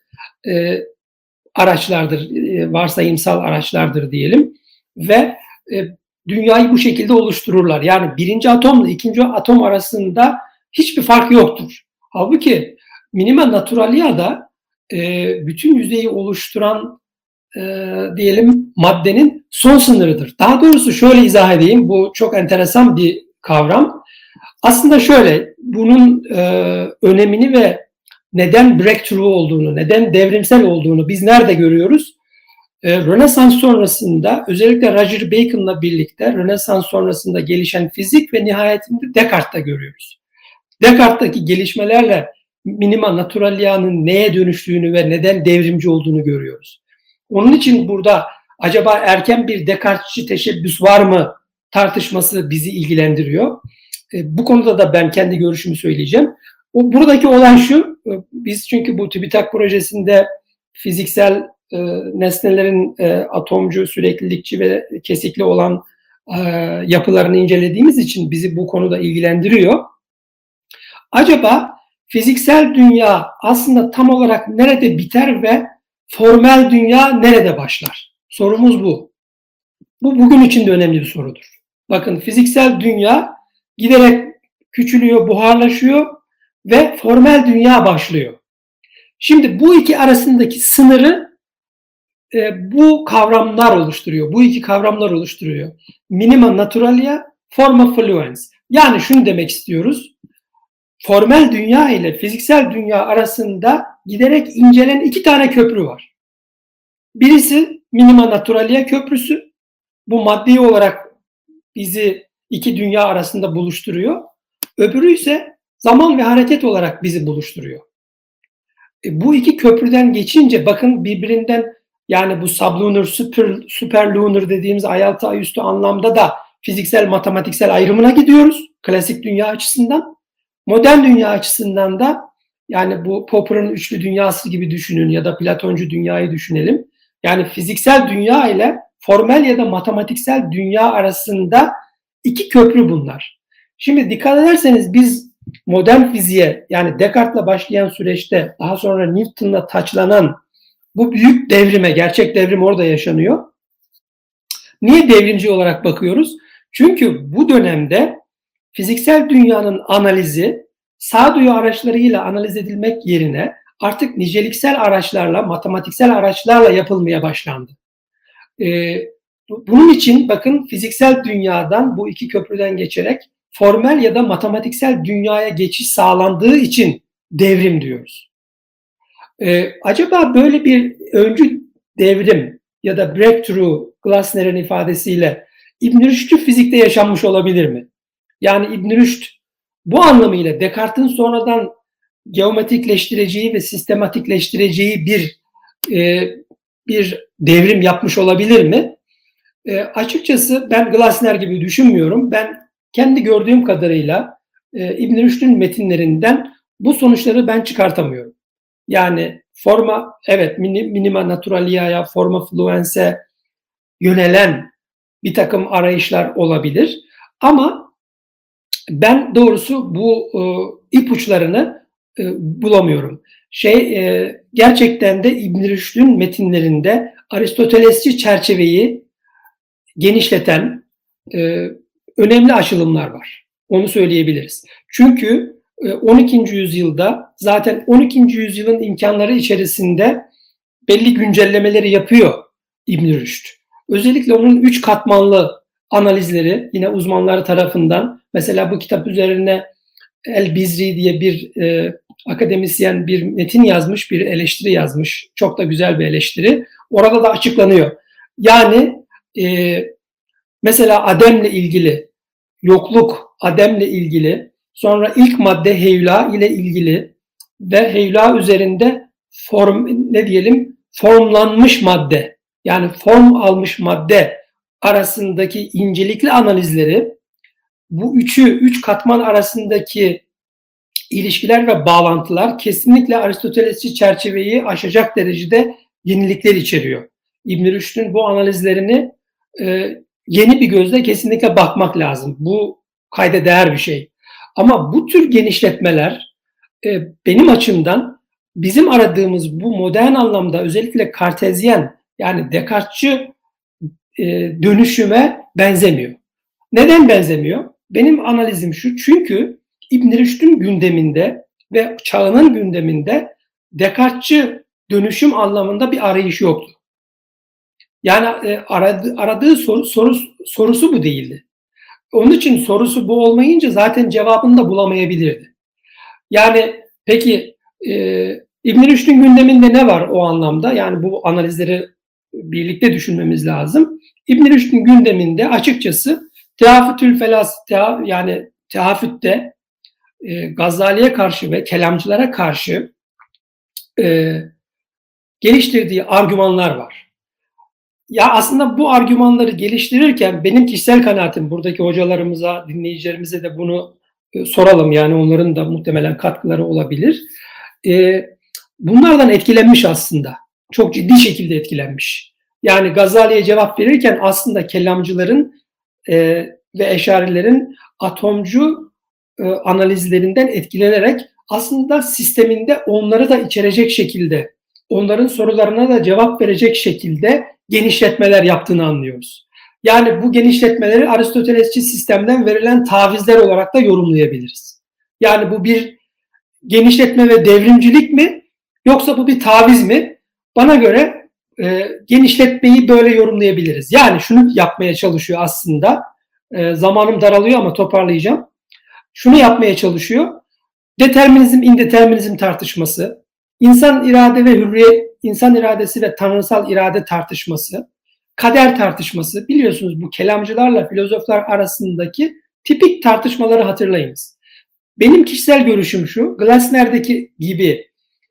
araçlardır, varsayımsal araçlardır diyelim ve dünyayı bu şekilde oluştururlar. Yani birinci atomla ikinci atom arasında hiçbir fark yoktur. Halbuki minima naturalia'da bütün yüzeyi oluşturan diyelim maddenin son sınırıdır. Daha doğrusu şöyle izah edeyim, bu çok enteresan bir kavram. Aslında şöyle, bunun önemini ve neden breakthrough olduğunu, neden devrimsel olduğunu biz nerede görüyoruz? Rönesans sonrasında, özellikle Roger Bacon'la birlikte Rönesans sonrasında gelişen fizik ve nihayetinde Descartes'ta görüyoruz. Descartes'taki gelişmelerle minima naturalia'nın neye dönüştüğünü ve neden devrimci olduğunu görüyoruz. Onun için burada acaba erken bir Descartes'çi teşebbüs var mı tartışması bizi ilgilendiriyor. Bu konuda da ben kendi görüşümü söyleyeceğim. Buradaki olay şu, biz çünkü bu TÜBİTAK projesinde fiziksel nesnelerin atomcu, süreklilikçi ve kesikli olan yapılarını incelediğimiz için bizi bu konuda ilgilendiriyor. Acaba fiziksel dünya aslında tam olarak nerede biter ve formel dünya nerede başlar? Sorumuz bu. Bu bugün için de önemli bir sorudur. Bakın, fiziksel dünya giderek küçülüyor, buharlaşıyor ve formel dünya başlıyor. Şimdi bu iki arasındaki sınırı bu kavramlar oluşturuyor. Bu iki kavramlar oluşturuyor. Minima naturalia, forma fluens. Yani şunu demek istiyoruz. Formel dünya ile fiziksel dünya arasında giderek incelen iki tane köprü var. Birisi minima naturalia köprüsü. Bu maddi olarak bizi iki dünya arasında buluşturuyor. Öbürü ise zaman ve hareket olarak bizi buluşturuyor. Bu iki köprüden geçince bakın birbirinden, yani bu sublunar, superlunar dediğimiz ay altı ay üstü anlamda da fiziksel matematiksel ayrımına gidiyoruz. Klasik dünya açısından. Modern dünya açısından da, yani bu Popper'ın üçlü dünyası gibi düşünün ya da Platoncu dünyayı düşünelim. Yani fiziksel dünya ile formel ya da matematiksel dünya arasında iki köprü bunlar. Şimdi dikkat ederseniz biz modern fiziğe, yani Descartes'la başlayan süreçte daha sonra Newton'la taçlanan bu büyük devrime, gerçek devrim orada yaşanıyor. Niye devrimci olarak bakıyoruz? Çünkü bu dönemde fiziksel dünyanın analizi sağduyu araçlarıyla analiz edilmek yerine artık niceliksel araçlarla, matematiksel araçlarla yapılmaya başlandı. Bunun için bakın fiziksel dünyadan bu iki köprüden geçerek formel ya da matematiksel dünyaya geçiş sağlandığı için devrim diyoruz. Acaba böyle bir öncü devrim ya da breakthrough, Glasner'in ifadesiyle İbn Rüşd'ü fizikte yaşanmış olabilir mi? Yani İbn Rüşd bu anlamıyla Descartes'in sonradan geometrikleştireceği ve sistematikleştireceği bir devrim yapmış olabilir mi? Açıkçası ben Glasner gibi düşünmüyorum. Ben kendi gördüğüm kadarıyla İbn Rüşd'ün metinlerinden bu sonuçları ben çıkartamıyorum. Yani forma, evet, minima naturalia'ya, forma fluence'e yönelen bir takım arayışlar olabilir. Ama ben doğrusu bu ipuçlarını bulamıyorum. Gerçekten de İbn Rüşd'ün metinlerinde Aristotelesçi çerçeveyi genişleten önemli açılımlar var. Onu söyleyebiliriz. Çünkü 12. yüzyılda zaten 12. yüzyılın imkanları içerisinde belli güncellemeleri yapıyor İbn Rüşd. Özellikle onun 3 katmanlı analizleri yine uzmanları tarafından, mesela bu kitap üzerine El-Bizri diye bir akademisyen bir metin yazmış, bir eleştiri yazmış. Çok da güzel bir eleştiri. Orada da açıklanıyor. Yani mesela ademle ilgili, yokluk, ademle ilgili, sonra ilk madde hevla ile ilgili ve hevla üzerinde formlanmış madde, yani form almış madde arasındaki incelikli analizleri, bu üç katman arasındaki ilişkiler ve bağlantılar kesinlikle Aristotelesçi çerçeveyi aşacak derecede yenilikler içeriyor. İbn Rüşd'ün bu analizlerini yeni bir gözle kesinlikle bakmak lazım. Bu kayda değer bir şey. Ama bu tür genişletmeler benim açımdan bizim aradığımız bu modern anlamda özellikle kartezyen, yani Descartes'çı dönüşüme benzemiyor. Neden benzemiyor? Benim analizim şu: çünkü İbn Rüşd'ün gündeminde ve çağının gündeminde Descartes'çı dönüşüm anlamında bir arayış yoktu. Yani aradığı sorusu bu değildi. Onun için sorusu bu olmayınca zaten cevabını da bulamayabilirdi. Yani peki İbn Rüşd'ün gündeminde ne var o anlamda? Yani bu analizleri birlikte düşünmemiz lazım. İbn Rüşd'ün gündeminde açıkçası yani teafütte Gazali'ye karşı ve kelamcılara karşı geliştirdiği argümanlar var. Ya aslında bu argümanları geliştirirken benim kişisel kanaatim, buradaki hocalarımıza, dinleyicilerimize de bunu soralım, yani onların da muhtemelen katkıları olabilir. Bunlardan etkilenmiş aslında. Çok ciddi şekilde etkilenmiş. Yani Gazali'ye cevap verirken aslında kelamcıların ve eşarilerin atomcu analizlerinden etkilenerek aslında sisteminde onları da içerecek şekilde, onların sorularına da cevap verecek şekilde genişletmeler yaptığını anlıyoruz. Yani bu genişletmeleri Aristotelesçi sistemden verilen tavizler olarak da yorumlayabiliriz. Yani bu bir genişletme ve devrimcilik mi, yoksa bu bir taviz mi? Bana göre genişletmeyi böyle yorumlayabiliriz. Yani şunu yapmaya çalışıyor aslında, zamanım daralıyor ama toparlayacağım. Şunu yapmaya çalışıyor: determinizm, indeterminizm tartışması, insan irade ve hürriyet, insan iradesi ve tanrısal irade tartışması, kader tartışması. Biliyorsunuz bu kelamcılarla filozoflar arasındaki tipik tartışmaları hatırlayınız. Benim kişisel görüşüm şu: Glasner'deki gibi,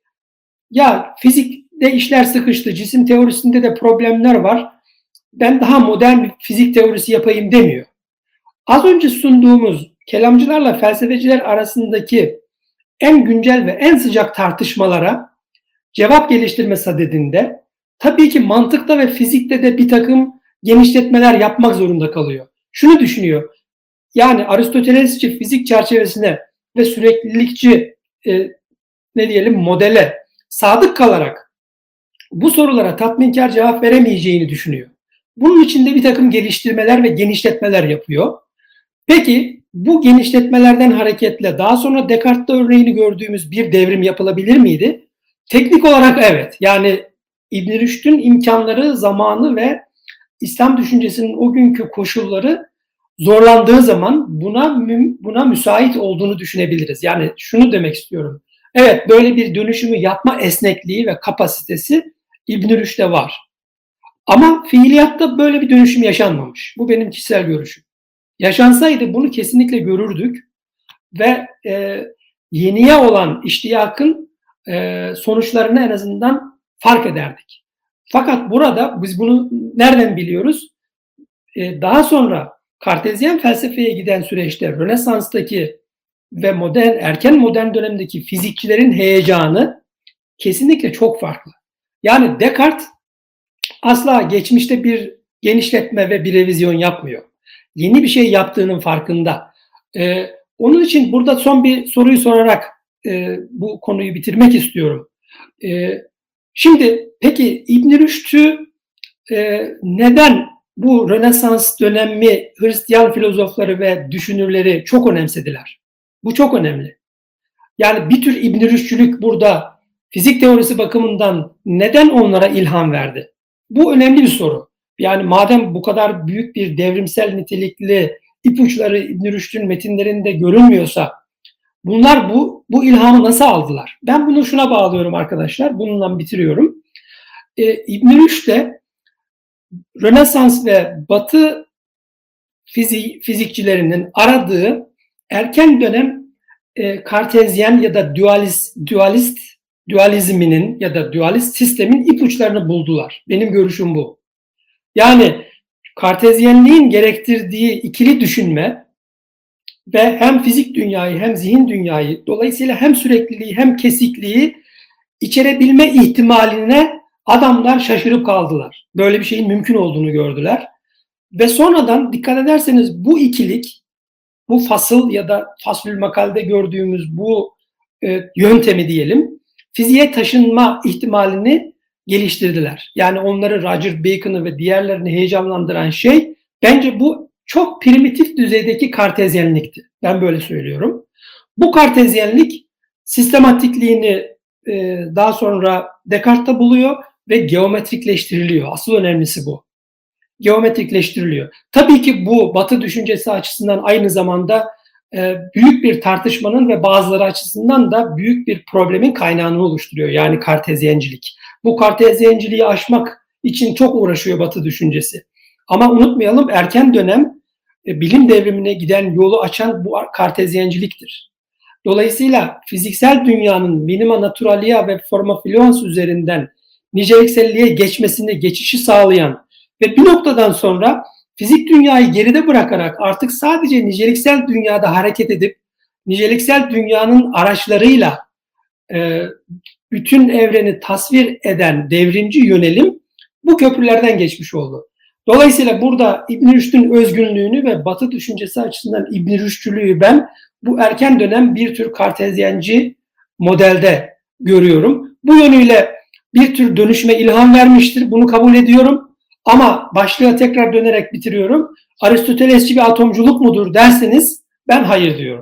ya fizikte işler sıkıştı, cisim teorisinde de problemler var, ben daha modern bir fizik teorisi yapayım demiyor. Az önce sunduğumuz kelamcılarla felsefeciler arasındaki en güncel ve en sıcak tartışmalara cevap geliştirme sadedinde tabii ki mantıkta ve fizikte de bir takım genişletmeler yapmak zorunda kalıyor. Şunu düşünüyor: yani Aristotelesçi fizik çerçevesine ve süreklilikçi modele sadık kalarak bu sorulara tatminkar cevap veremeyeceğini düşünüyor. Bunun için de bir takım geliştirmeler ve genişletmeler yapıyor. Peki bu genişletmelerden hareketle daha sonra Descartes'te örneğini gördüğümüz bir devrim yapılabilir miydi? Teknik olarak evet. Yani İbn Rüşd'ün imkanları, zamanı ve İslam düşüncesinin o günkü koşulları zorlandığı zaman buna müsait olduğunu düşünebiliriz. Yani şunu demek istiyorum. Evet, böyle bir dönüşümü yapma esnekliği ve kapasitesi İbn Rüşd'de var. Ama fiiliyatta böyle bir dönüşüm yaşanmamış. Bu benim kişisel görüşüm. Yaşansaydı bunu kesinlikle görürdük ve yeniye olan iştiyakın sonuçlarını en azından fark ederdik. Fakat burada biz bunu nereden biliyoruz? Daha sonra Kartezyen felsefeye giden süreçte Rönesans'taki ve erken modern dönemdeki fizikçilerin heyecanı kesinlikle çok farklı. Yani Descartes asla geçmişte bir genişletme ve bir revizyon yapmıyor. Yeni bir şey yaptığının farkında. Onun için burada son bir soruyu sorarak bu konuyu bitirmek istiyorum. Şimdi peki İbn Rüşd'ü neden bu Rönesans dönemi Hristiyan filozofları ve düşünürleri çok önemsediler? Bu çok önemli. Yani bir tür İbn Rüşdçülük burada fizik teorisi bakımından neden onlara ilham verdi? Bu önemli bir soru. Yani madem bu kadar büyük bir devrimsel nitelikli ipuçları İbn Rüşd'ün metinlerinde görünmüyorsa bunlar bu ilhamı nasıl aldılar? Ben bunu şuna bağlıyorum arkadaşlar. Bununla bitiriyorum. İbn Rüşd de Rönesans ve Batı fizikçilerinin aradığı erken dönem Kartezyen ya da dualizminin ya da dualist sistemin ipuçlarını buldular. Benim görüşüm bu. Yani Kartezyenliğin gerektirdiği ikili düşünme ve hem fizik dünyayı hem zihin dünyayı, dolayısıyla hem sürekliliği hem kesikliği içerebilme ihtimaline adamlar şaşırıp kaldılar. Böyle bir şeyin mümkün olduğunu gördüler. Ve sonradan dikkat ederseniz bu ikilik, bu fasıl ya da fasül makalde gördüğümüz bu yöntemi diyelim, fiziğe taşınma ihtimalini geliştirdiler. Yani onları Roger Bacon'ı ve diğerlerini heyecanlandıran şey bence bu çok primitif düzeydeki kartezyenlikti. Ben böyle söylüyorum. Bu kartezyenlik sistematikliğini daha sonra Descartes'ta buluyor ve geometrikleştiriliyor. Asıl önemlisi bu. Geometrikleştiriliyor. Tabii ki bu Batı düşüncesi açısından aynı zamanda büyük bir tartışmanın ve bazıları açısından da büyük bir problemin kaynağını oluşturuyor. Yani kartezyencilik. Bu kartezyenciliği aşmak için çok uğraşıyor Batı düşüncesi. Ama unutmayalım, erken dönem bilim devrimine giden yolu açan bu kartezyenciliktir. Dolayısıyla fiziksel dünyanın minima naturalia ve forma fluens üzerinden nicelikselliğe geçişi sağlayan ve bir noktadan sonra fizik dünyayı geride bırakarak artık sadece niceliksel dünyada hareket edip niceliksel dünyanın araçlarıyla bütün evreni tasvir eden devrimci yönelim bu köprülerden geçmiş oldu. Dolayısıyla burada İbn Rüşd'ün özgünlüğünü ve Batı düşüncesi açısından İbn Rüşdçülüğü ben bu erken dönem bir tür kartezyenci modelde görüyorum. Bu yönüyle bir tür dönüşme ilham vermiştir. Bunu kabul ediyorum. Ama başlığa tekrar dönerek bitiriyorum. Aristotelesçi bir atomculuk mudur derseniz ben hayır diyorum.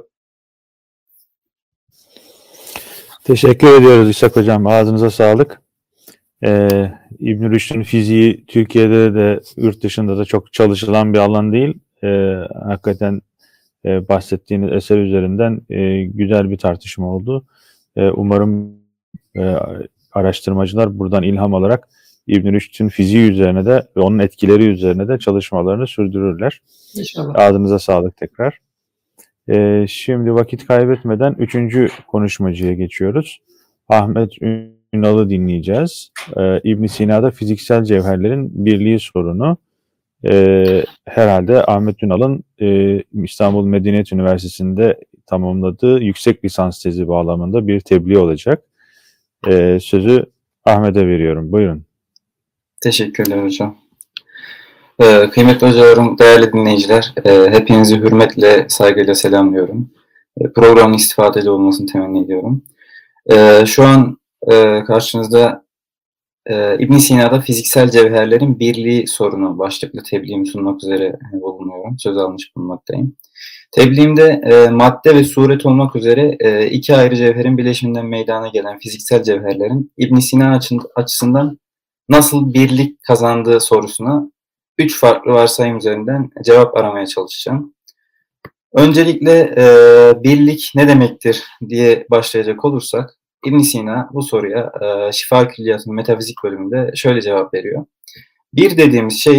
Teşekkür ediyoruz İshak Hocam. Ağzınıza sağlık. İbn Rüşd'ün fiziği Türkiye'de de yurt dışında da çok çalışılan bir alan değil. Hakikaten bahsettiğiniz eser üzerinden güzel bir tartışma oldu. Umarım araştırmacılar buradan ilham alarak İbn Rüşd'ün fiziği üzerine de ve onun etkileri üzerine de çalışmalarını sürdürürler. İnşallah. Ağzınıza sağlık tekrar. Şimdi vakit kaybetmeden 3. konuşmacıya geçiyoruz. Ahmet Ünal'ı dinleyeceğiz. İbn Sina'da fiziksel cevherlerin birliği sorunu. Herhalde Ahmet Ünal'ın İstanbul Medeniyet Üniversitesi'nde tamamladığı yüksek lisans tezi bağlamında bir tebliğ olacak. Sözü Ahmet'e veriyorum. Buyurun. Teşekkürler hocam. Kıymetli hocalarım, değerli dinleyiciler, hepinizi hürmetle, saygıyla selamlıyorum. Programın istifadeli olmasını temenni ediyorum. Şu an karşınızda İbn Sina'da fiziksel cevherlerin birliği sorunu başlıklı tebliğimi sunmak üzere bulunuyorum. Söz almış bulunmaktayım. Tebliğimde madde ve suret olmak üzere iki ayrı cevherin bileşiminden meydana gelen fiziksel cevherlerin İbn Sina açısından nasıl birlik kazandığı sorusuna 3 farklı varsayım üzerinden cevap aramaya çalışacağım. Öncelikle birlik ne demektir diye başlayacak olursak, İbn Sina bu soruya Şifa Külliyatı'nın metafizik bölümünde şöyle cevap veriyor. Bir dediğimiz şey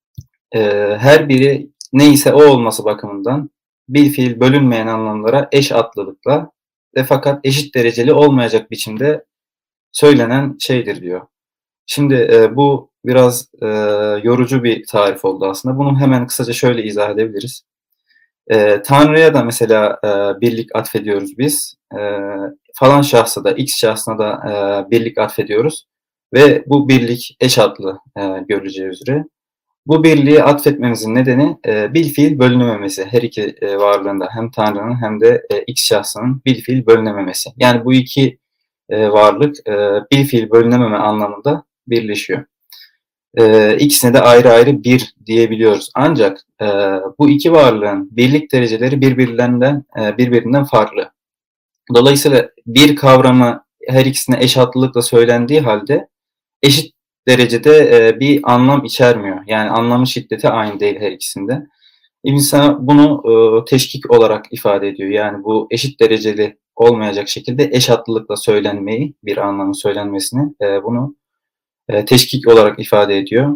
her biri neyse o olması bakımından bir fiil bölünmeyen anlamlara eş atlılıkla ve fakat eşit dereceli olmayacak biçimde söylenen şeydir diyor. Şimdi bu biraz yorucu bir tarif oldu aslında. Bunu hemen kısaca şöyle izah edebiliriz. Tanrı'ya da mesela birlik atfediyoruz biz. Falan şahsa da, X şahsına da birlik atfediyoruz. Ve bu birlik eş adlı görüleceği üzere. Bu birliği atfetmemizin nedeni bilfiil bölünememesi. Her iki varlığında hem Tanrı'nın hem de X şahsının bilfiil bölünememesi. Yani bu iki varlık bilfiil bölünememe anlamında birleşiyor. İkisine de ayrı ayrı bir diyebiliyoruz. Ancak bu iki varlığın birlik dereceleri birbirinden farklı. Dolayısıyla bir kavramı her ikisine eş atlılıkla söylendiği halde eşit derecede bir anlam içermiyor. Yani anlamı şiddeti aynı değil her ikisinde. İbn Sina bunu teşkik olarak ifade ediyor. Yani bu eşit dereceli olmayacak şekilde eş atlılıkla söylenmeyi, bir anlamın söylenmesini bunu teşkik olarak ifade ediyor.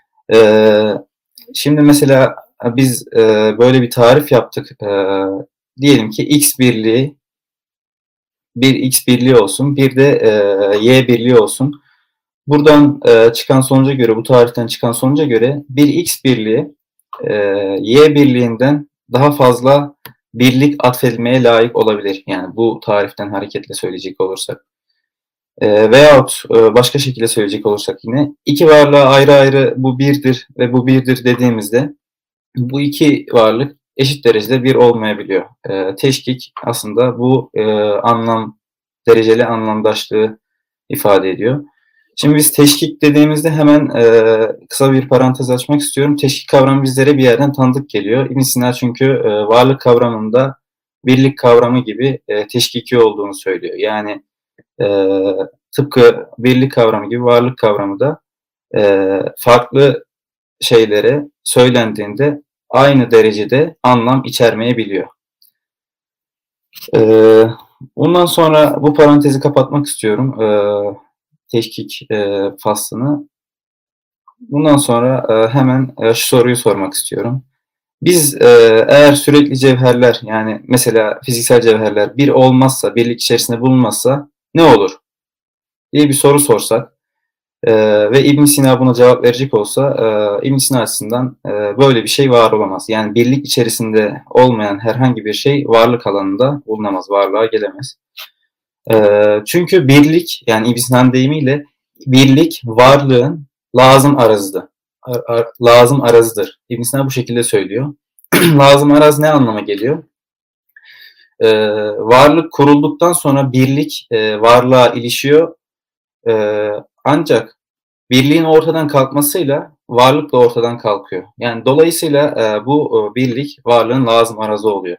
Şimdi mesela biz böyle bir tarif yaptık. Diyelim ki X birliği, bir X birliği olsun, bir de Y birliği olsun. Buradan çıkan sonuca göre, bu tariften çıkan sonuca göre bir X birliği Y birliğinden daha fazla birlik atfedilmeye layık olabilir. Yani bu tariften hareketle söyleyecek olursak. Veyahut başka şekilde söyleyecek olursak yine iki varlığa ayrı ayrı bu birdir ve bu birdir dediğimizde bu iki varlık eşit derecede bir olmayabiliyor. Teşkik aslında bu dereceli anlamdaşlığı ifade ediyor. Şimdi biz teşkik dediğimizde hemen kısa bir parantez açmak istiyorum. Teşkik kavramı bizlere bir yerden tanıdık geliyor. İbn Sina çünkü varlık kavramında birlik kavramı gibi teşkiki olduğunu söylüyor. Yani tıpkı birlik kavramı gibi varlık kavramı da farklı şeylere söylendiğinde aynı derecede anlam içermeyebiliyor. Bundan sonra bu parantezi kapatmak istiyorum. Teşkik faslını. Bundan sonra hemen şu soruyu sormak istiyorum. Biz eğer sürekli cevherler, yani mesela fiziksel cevherler bir olmazsa, birlik içerisinde bulunmazsa ne olur diye bir soru sorsak ve İbn Sina buna cevap verecek olsa İbn Sina açısından böyle bir şey var olamaz. Yani birlik içerisinde olmayan herhangi bir şey varlık alanında bulunamaz, varlığa gelemez. Çünkü birlik, yani İbn Sina'nın deyimiyle birlik varlığın lazım arazıdır. Lazım arazıdır. İbn Sina bu şekilde söylüyor. Lazım araz ne anlama geliyor? Varlık kurulduktan sonra birlik varlığa ilişiyor. Ancak birliğin ortadan kalkmasıyla varlık da ortadan kalkıyor. Yani dolayısıyla bu birlik varlığın lazım arazı oluyor.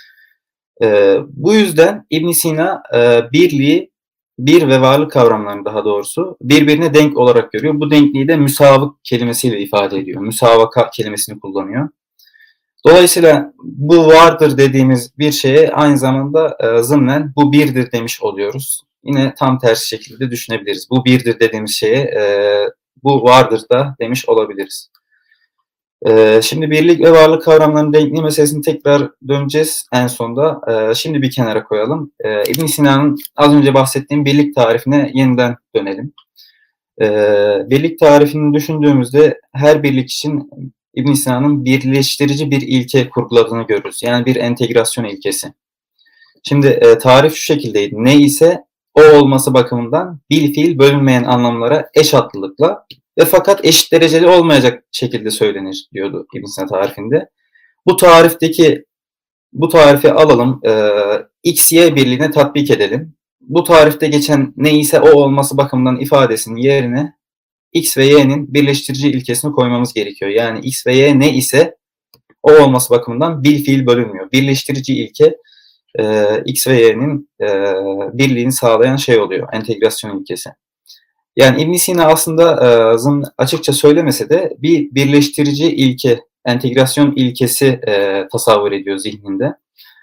Bu yüzden İbn Sina birliği, bir ve varlık kavramlarını daha doğrusu birbirine denk olarak görüyor. Bu denkliği de müsavık kelimesiyle ifade ediyor. Müsavaka kelimesini kullanıyor. Dolayısıyla bu vardır dediğimiz bir şeye aynı zamanda zımnen bu birdir demiş oluyoruz. Yine tam tersi şekilde düşünebiliriz. Bu birdir dediğimiz şeye bu vardır da demiş olabiliriz. Şimdi birlik ve varlık kavramlarının denkliği meselesini tekrar döneceğiz en sonda. Şimdi bir kenara koyalım. İbn Sina'nın az önce bahsettiğim birlik tarifine yeniden dönelim. Birlik tarifini düşündüğümüzde her birlik için İbn Sina'nın birleştirici bir ilke kurguladığını görürüz. Yani bir entegrasyon ilkesi. Şimdi tarif şu şekildeydi. Ne ise o olması bakımından bil fiil bölünmeyen anlamlara eş atlılıkla ve fakat eşit dereceli olmayacak şekilde söylenir diyordu İbn Sina tarifinde. Bu tarifi alalım, X-Y birliğine tatbik edelim. bu tarifte geçen ne ise o olması bakımından ifadesinin yerine X ve Y'nin birleştirici ilkesini koymamız gerekiyor. Yani X ve Y ne ise o olması bakımından bil fiil bölünmüyor. Birleştirici ilke X ve Y'nin birliğini sağlayan şey oluyor. Entegrasyon ilkesi. Yani İbn Sina aslında açıkça söylemese de bir birleştirici ilke, entegrasyon ilkesi tasavvur ediyor zihninde.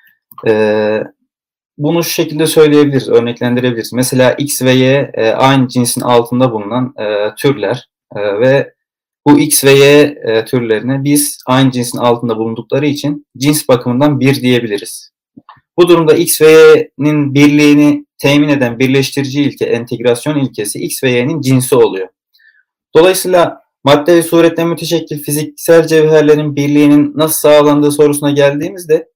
Bunu şu şekilde söyleyebiliriz, örneklendirebiliriz. Mesela X ve Y aynı cinsin altında bulunan türler ve bu X ve Y türlerine biz aynı cinsin altında bulundukları için cins bakımından bir diyebiliriz. Bu durumda X ve Y'nin birliğini temin eden birleştirici ilke, entegrasyon ilkesi X ve Y'nin cinsi oluyor. Dolayısıyla madde ve suretten müteşekkil fiziksel cevherlerin birliğinin nasıl sağlandığı sorusuna geldiğimizde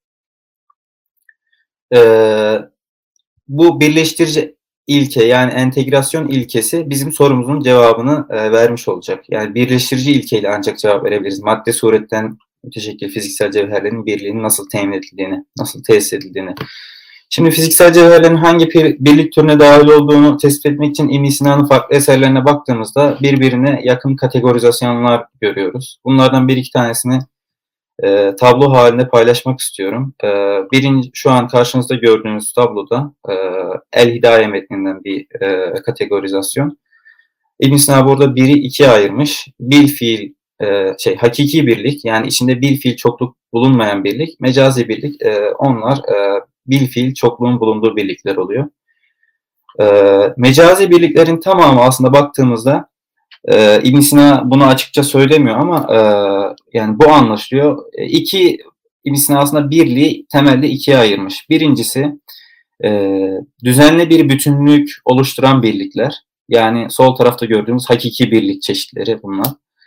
bu birleştirici ilke yani entegrasyon ilkesi bizim sorumuzun cevabını vermiş olacak. Yani birleştirici ilkeyle ancak cevap verebiliriz. Madde suretten müteşekkil fiziksel cevherlerin birliğinin nasıl temin edildiğini, nasıl tesis edildiğini. Şimdi fiziksel cevherlerin hangi birlik türüne dahil olduğunu tespit etmek için İbn Sina'nın farklı eserlerine baktığımızda birbirine yakın kategorizasyonlar görüyoruz. Bunlardan bir iki tanesini tablo halinde paylaşmak istiyorum. Birinci, şu an karşınızda gördüğünüz tabloda El-Hidaye metninden bir kategorizasyon. İbn Sina burada biri ikiye ayırmış. Bil fiil, hakiki birlik, yani içinde bil fiil çokluk bulunmayan birlik, mecazi birlik, onlar bil fiil çokluğun bulunduğu birlikler oluyor. Mecazi birliklerin tamamı aslında baktığımızda İbn Sina bunu açıkça söylemiyor ama yani bu anlaşılıyor. İbn Sina aslında birliği temelde ikiye ayırmış. Birincisi düzenli bir bütünlük oluşturan birlikler. Yani sol tarafta gördüğümüz hakiki birlik çeşitleri bunlar.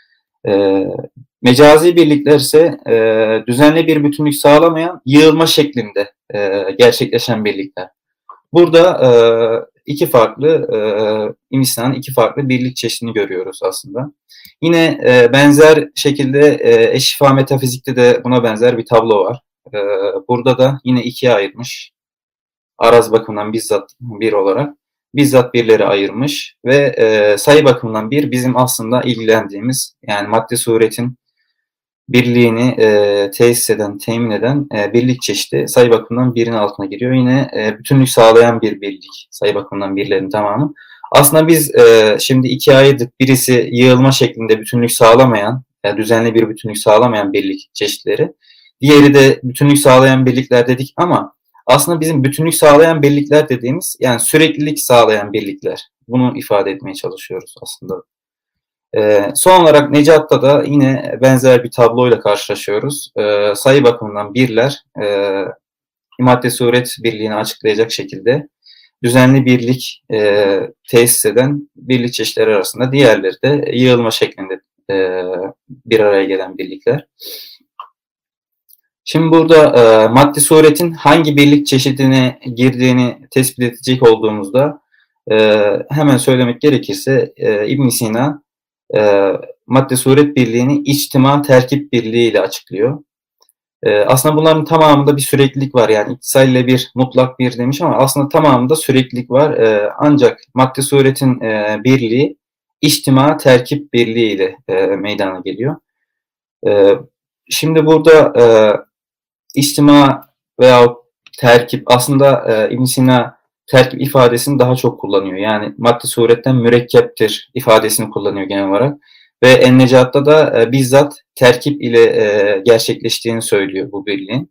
Mecazi birlikler ise düzenli bir bütünlük sağlamayan yığılma şeklinde gerçekleşen birlikler. Burada iki farklı İbn Sina'nın iki farklı birlik çeşidini görüyoruz aslında. Yine benzer şekilde Eşşifa Metafizik'te de buna benzer bir tablo var. Burada da yine ikiye ayırmış. Araz bakımından bizzat bir olarak. Bizzat birleri ayırmış ve sayı bakımından bir bizim aslında ilgilendiğimiz, yani madde suretin birliğini tesis eden, temin eden birlik çeşidi sayı bakımından birin altına giriyor. Yine bütünlük sağlayan bir birlik, sayı bakımından birlerin tamamı. Aslında biz şimdi ikiye ayırdık. Birisi yığılma şeklinde bütünlük sağlamayan, yani düzenli bir bütünlük sağlamayan birlik çeşitleri. Diğeri de bütünlük sağlayan birlikler dedik ama aslında bizim bütünlük sağlayan birlikler dediğimiz, yani süreklilik sağlayan birlikler. Bunu ifade etmeye çalışıyoruz aslında. Son olarak Necat'ta da yine benzer bir tabloyla karşılaşıyoruz. Sayı bakımından birler, madde suret birliğini açıklayacak şekilde düzenli birlik tesis eden birlik çeşitleri arasında, diğerleri de yığılma şeklinde bir araya gelen birlikler. Şimdi burada madde suretin hangi birlik çeşidine girdiğini tespit edecek olduğumuzda hemen söylemek gerekirse İbn Sina madde suret birliğini içtima terkip birliği ile açıklıyor. Aslında bunların tamamında bir süreklilik var. Yani ittisal ile bir, mutlak bir demiş ama aslında tamamında süreklilik var. Ancak madde suretin birliği içtima terkip birliği ile meydana geliyor. Şimdi burada içtima veya terkip, aslında İbn Sina terkip ifadesini daha çok kullanıyor. Yani madde suretten mürekkeptir ifadesini kullanıyor genel olarak. Ve En-Necat'ta da bizzat terkip ile gerçekleştiğini söylüyor bu birliğin.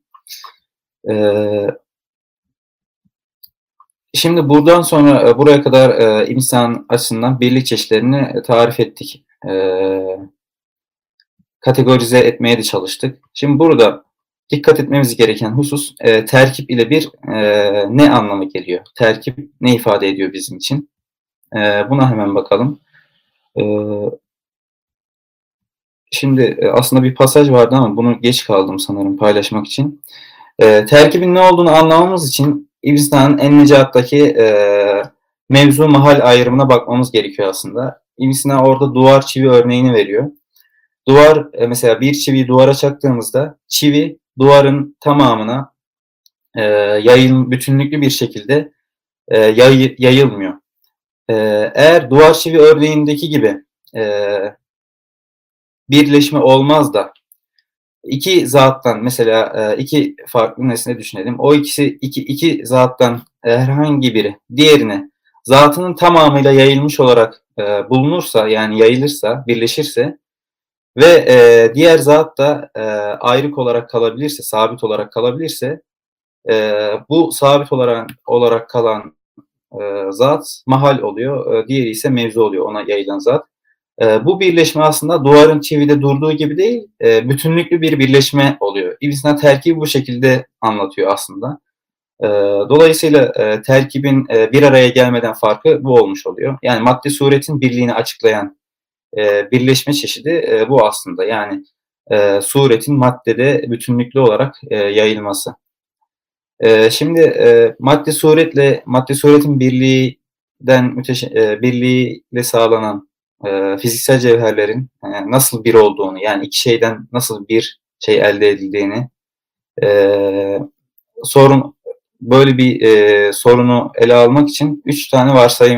Şimdi buradan sonra buraya kadar İbn Sina'nın açısından birlik çeşitlerini tarif ettik. Kategorize etmeye de çalıştık. Şimdi burada dikkat etmemiz gereken husus terkip ile bir ne anlamı geliyor? Terkip ne ifade ediyor bizim için? Buna hemen bakalım. Şimdi aslında bir pasaj vardı ama bunu geç kaldım sanırım paylaşmak için. Terkibin ne olduğunu anlamamız için İbn Sina'nın En-Necat'taki mevzu mahal ayrımına bakmamız gerekiyor aslında. İbn Sina orada duvar çivi örneğini veriyor. Duvar, mesela bir çiviyi duvara çaktığımızda çivi duvarın tamamına bütünlüklü bir şekilde yayılmıyor. Eğer duvar çivi örneğindeki gibi birleşme olmaz da iki zattan, mesela iki farklı nesne düşünelim. O iki zattan herhangi biri diğerine zatının tamamıyla yayılmış olarak bulunursa, yani yayılırsa, birleşirse ve diğer zat da ayrık olarak kalabilirse, sabit olarak kalabilirse, bu sabit olarak kalan zat mahal oluyor, diğeri ise mevzu oluyor, ona yayılan zat. Bu birleşme aslında duvarın çivide durduğu gibi değil, bütünlüklü bir birleşme oluyor. İbn Sina terkibi bu şekilde anlatıyor aslında. Dolayısıyla terkibin bir araya gelmeden farkı bu olmuş oluyor. Yani madde suretin birliğini açıklayan birleşme çeşidi bu aslında. Yani suretin maddede bütünlüklü olarak yayılması. Şimdi madde suretin birliğiyle sağlanan fiziksel cevherlerin nasıl bir olduğunu, yani iki şeyden nasıl bir şey elde edildiğini, böyle bir sorunu ele almak için 3 tane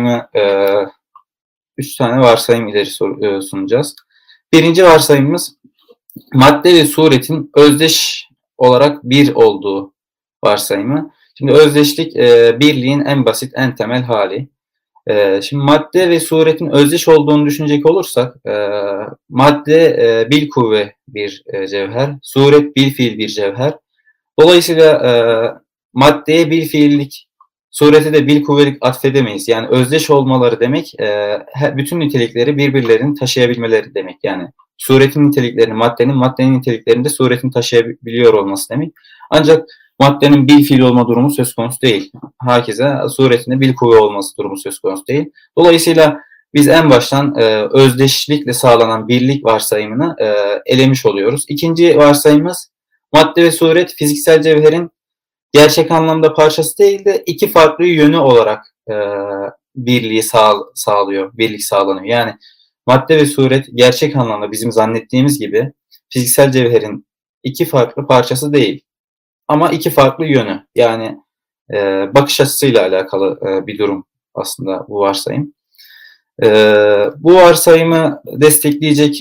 varsayım ileri sunacağız. Birinci varsayımımız madde ve suretin özdeş olarak bir olduğu varsayımı. Şimdi özdeşlik birliğin en basit, en temel hali. Şimdi madde ve suretin özdeş olduğunu düşünecek olursak, madde bil kuvve bir cevher, suret bil fiil bir cevher. Dolayısıyla maddeye bil fiillik, surete de bil kuvvelik atfedemeyiz. Yani özdeş olmaları demek, bütün nitelikleri birbirlerini taşıyabilmeleri demek. Yani suretin niteliklerini maddenin niteliklerini de suretin taşıyabiliyor olması demek. Ancak maddenin bil fiil olma durumu söz konusu değil. Herkese suretinde bil kuvve olması durumu söz konusu değil. Dolayısıyla biz en baştan özdeşlikle sağlanan birlik varsayımını elemiş oluyoruz. İkinci varsayımımız, madde ve suret fiziksel cevherin gerçek anlamda parçası değil de iki farklı yönü olarak birliği sağlıyor, birlik sağlanıyor. Yani madde ve suret gerçek anlamda bizim zannettiğimiz gibi fiziksel cevherin iki farklı parçası değil. Ama iki farklı yönü, yani bakış açısıyla alakalı bir durum aslında bu varsayım. Bu varsayımı destekleyecek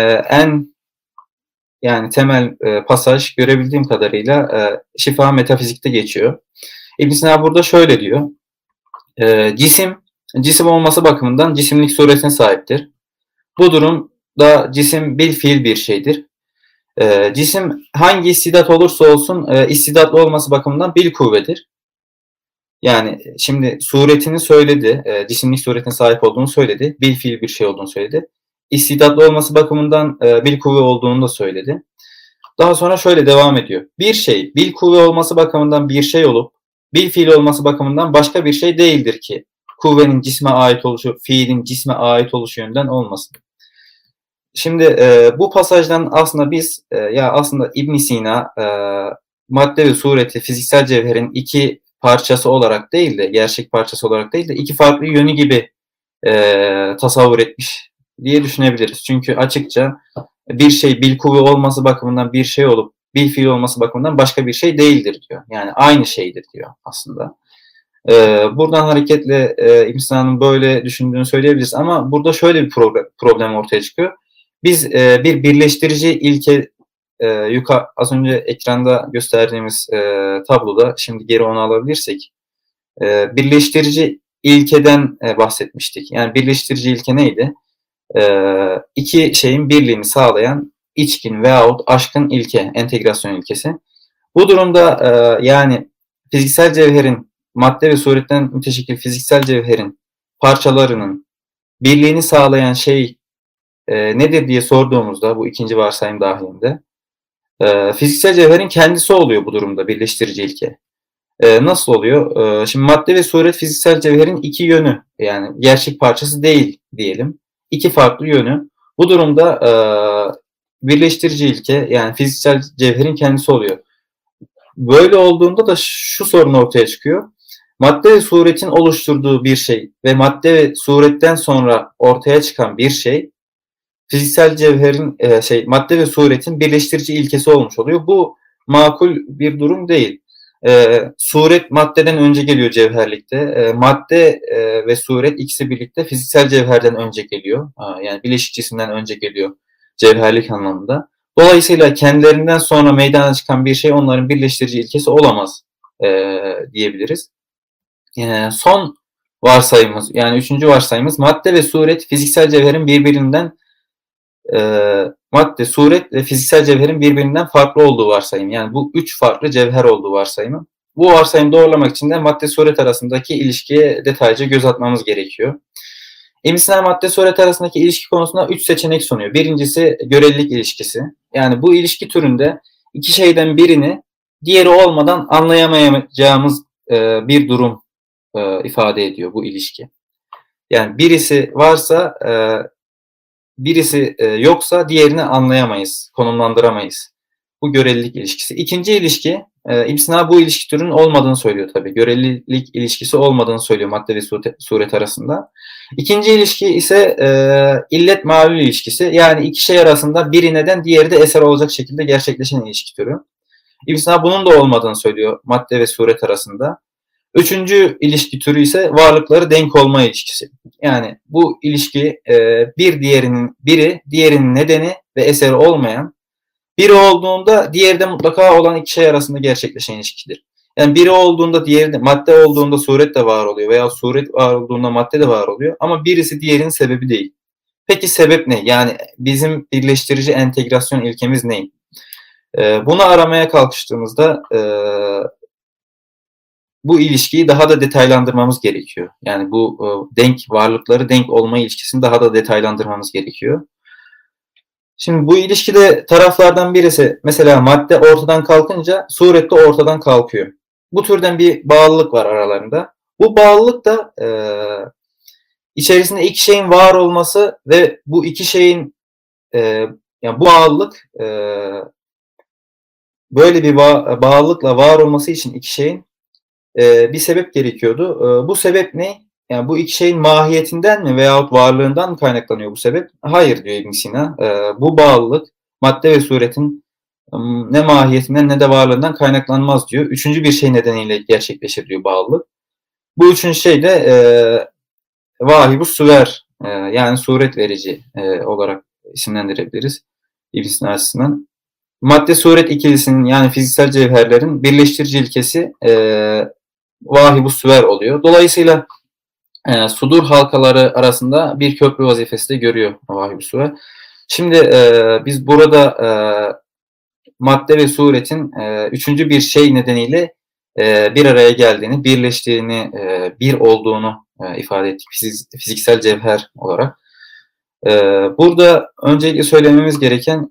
yani temel pasaj görebildiğim kadarıyla Şifa Metafizik'te geçiyor. İbn Sina burada şöyle diyor. Cisim olması bakımından cisimlik suretine sahiptir. Bu durumda cisim bil fiil bir şeydir. Cisim hangi istidat olursa olsun istidatlı olması bakımından bil kuvvedir. Yani şimdi suretini söyledi, cisimlik suretine sahip olduğunu söyledi, bil fiil bir şey olduğunu söyledi. İstidatlı olması bakımından bil kuvve olduğunu da söyledi. Daha sonra şöyle devam ediyor. Bir şey bil kuvve olması bakımından bir şey olup bil fiil olması bakımından başka bir şey değildir ki kuvvenin cisme ait oluşu, fiilin cisme ait oluşu yönünden olmasın. Şimdi bu pasajdan aslında biz aslında İbn Sina madde ve sureti fiziksel cevherin iki parçası olarak değil de, gerçek parçası olarak değil de iki farklı yönü gibi tasavvur etmiş diye düşünebiliriz. Çünkü açıkça bir şey bil kuvve olması bakımından bir şey olup bil fiil olması bakımından başka bir şey değildir diyor. Yani aynı şeydir diyor aslında. Buradan hareketle İbn Sina'nın böyle düşündüğünü söyleyebiliriz. Ama burada şöyle bir problem ortaya çıkıyor. Biz bir birleştirici ilke, az önce ekranda gösterdiğimiz tabloda, şimdi geri onu alabilirsek, birleştirici ilkeden bahsetmiştik. Yani birleştirici ilke neydi? İki şeyin birliğini sağlayan içkin veyahut aşkın ilke, entegrasyon ilkesi. Bu durumda yani fiziksel cevherin, madde ve suretten müteşekkil fiziksel cevherin parçalarının birliğini sağlayan şey nedir diye sorduğumuzda, bu ikinci varsayım dahilinde, fiziksel cevherin kendisi oluyor bu durumda birleştirici ilke. Nasıl oluyor? Şimdi madde ve suret fiziksel cevherin iki yönü, yani gerçek parçası değil diyelim. İki farklı yönü. Bu durumda birleştirici ilke, yani fiziksel cevherin kendisi oluyor. Böyle olduğunda da şu sorun ortaya çıkıyor. Madde ve suretin oluşturduğu bir şey ve madde ve suretten sonra ortaya çıkan bir şey fiziksel cevherin madde ve suretin birleştirici ilkesi olmuş oluyor. Bu makul bir durum değil. Suret maddeden önce geliyor cevherlikte. Madde ve suret ikisi birlikte fiziksel cevherden önce geliyor. Yani bileşik cisimden önce geliyor cevherlik anlamında. Dolayısıyla kendilerinden sonra meydana çıkan bir şey onların birleştirici ilkesi olamaz diyebiliriz. Son varsayımız, yani üçüncü varsayımız, madde ve suret fiziksel cevherin birbirinden madde, suret ve fiziksel cevherin birbirinden farklı olduğu varsayım. Yani bu üç farklı cevher olduğu varsayımı. Bu varsayımı doğrulamak için de madde suret arasındaki ilişkiye detaylıca göz atmamız gerekiyor. İmsina madde suret arasındaki ilişki konusunda 3 seçenek sunuyor. Birincisi görelilik ilişkisi. Yani bu ilişki türünde iki şeyden birini diğeri olmadan anlayamayacağımız bir durum ifade ediyor bu ilişki. Yani birisi varsa, birisi yoksa diğerini anlayamayız, konumlandıramayız. Bu görelilik ilişkisi. İkinci ilişki, İmsina bu ilişki türünün olmadığını söylüyor tabii. Görelilik ilişkisi olmadığını söylüyor madde ve suret arasında. İkinci ilişki ise illet ma'lul ilişkisi. Yani iki şey arasında biri neden, diğeri de eser olacak şekilde gerçekleşen ilişki türü. İmsina bunun da olmadığını söylüyor madde ve suret arasında. Üçüncü ilişki türü ise varlıkları denk olma ilişkisi. Yani bu ilişki biri diğerinin nedeni ve eseri olmayan, biri olduğunda diğeri de mutlaka olan iki şey arasında gerçekleşen ilişkidir. Yani biri olduğunda diğeri de, madde olduğunda suret de var oluyor veya suret var olduğunda madde de var oluyor ama birisi diğerinin sebebi değil. Peki sebep ne? Yani bizim birleştirici entegrasyon ilkemiz ne? Bunu aramaya kalkıştığımızda bu ilişkiyi daha da detaylandırmamız gerekiyor. Yani bu varlıkları denk olma ilişkisini daha da detaylandırmamız gerekiyor. Şimdi bu ilişkide taraflardan birisi, mesela madde ortadan kalkınca suret de ortadan kalkıyor. Bu türden bir bağlılık var aralarında. Bu bağlılık da içerisinde iki şeyin var olması ve bu iki şeyin yani bu bağlılık böyle bir bağlılıkla var olması için iki şeyin bir sebep gerekiyordu. Bu sebep ne? Yani bu iki şeyin mahiyetinden mi veyahut varlığından mı kaynaklanıyor bu sebep? Hayır diyor İbn Sina. Bu bağlılık madde ve suretin ne mahiyetinden ne de varlığından kaynaklanmaz diyor. Üçüncü bir şey nedeniyle gerçekleşir diyor bağlılık. Bu üçüncü şey de vahibus suver, yani suret verici olarak isimlendirebiliriz İbn Sina açısından. Madde suret ikilisinin, yani fiziksel cevherlerin birleştirici ilkesi vahibus suver oluyor. Dolayısıyla sudur halkaları arasında bir köprü vazifesi de görüyor vahibus suver. Şimdi biz burada madde ve suretin üçüncü bir şey nedeniyle bir araya geldiğini, birleştiğini, bir olduğunu ifade ettik fiziksel cevher olarak. Burada öncelikle söylememiz gereken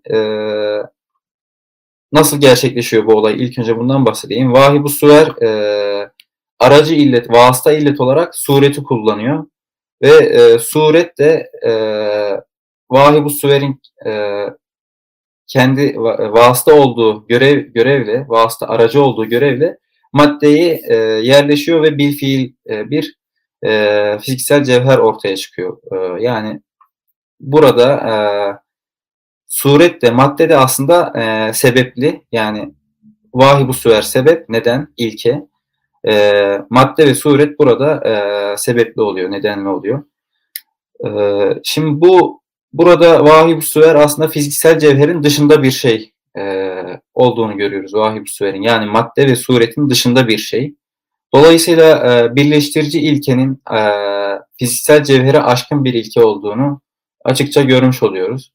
nasıl gerçekleşiyor bu olay? İlk önce bundan bahsedeyim. Vahibus suver aracı illet, vasıta illet olarak sureti kullanıyor. Ve suret de vahibus suverin kendi vasıta olduğu görevle, vasıta aracı olduğu görevle maddeyi yerleşiyor ve bilfiil bir fiziksel cevher ortaya çıkıyor. Yani burada suret de madde de aslında sebepli. Yani vahibus suver sebep, neden, ilke. Madde ve suret burada sebepli oluyor, nedenli oluyor. Şimdi burada vahibus suver aslında fiziksel cevherin dışında bir şey olduğunu görüyoruz. Vahibus suverin, yani madde ve suretin dışında bir şey. Dolayısıyla birleştirici ilkenin fiziksel cevhere aşkın bir ilke olduğunu açıkça görmüş oluyoruz.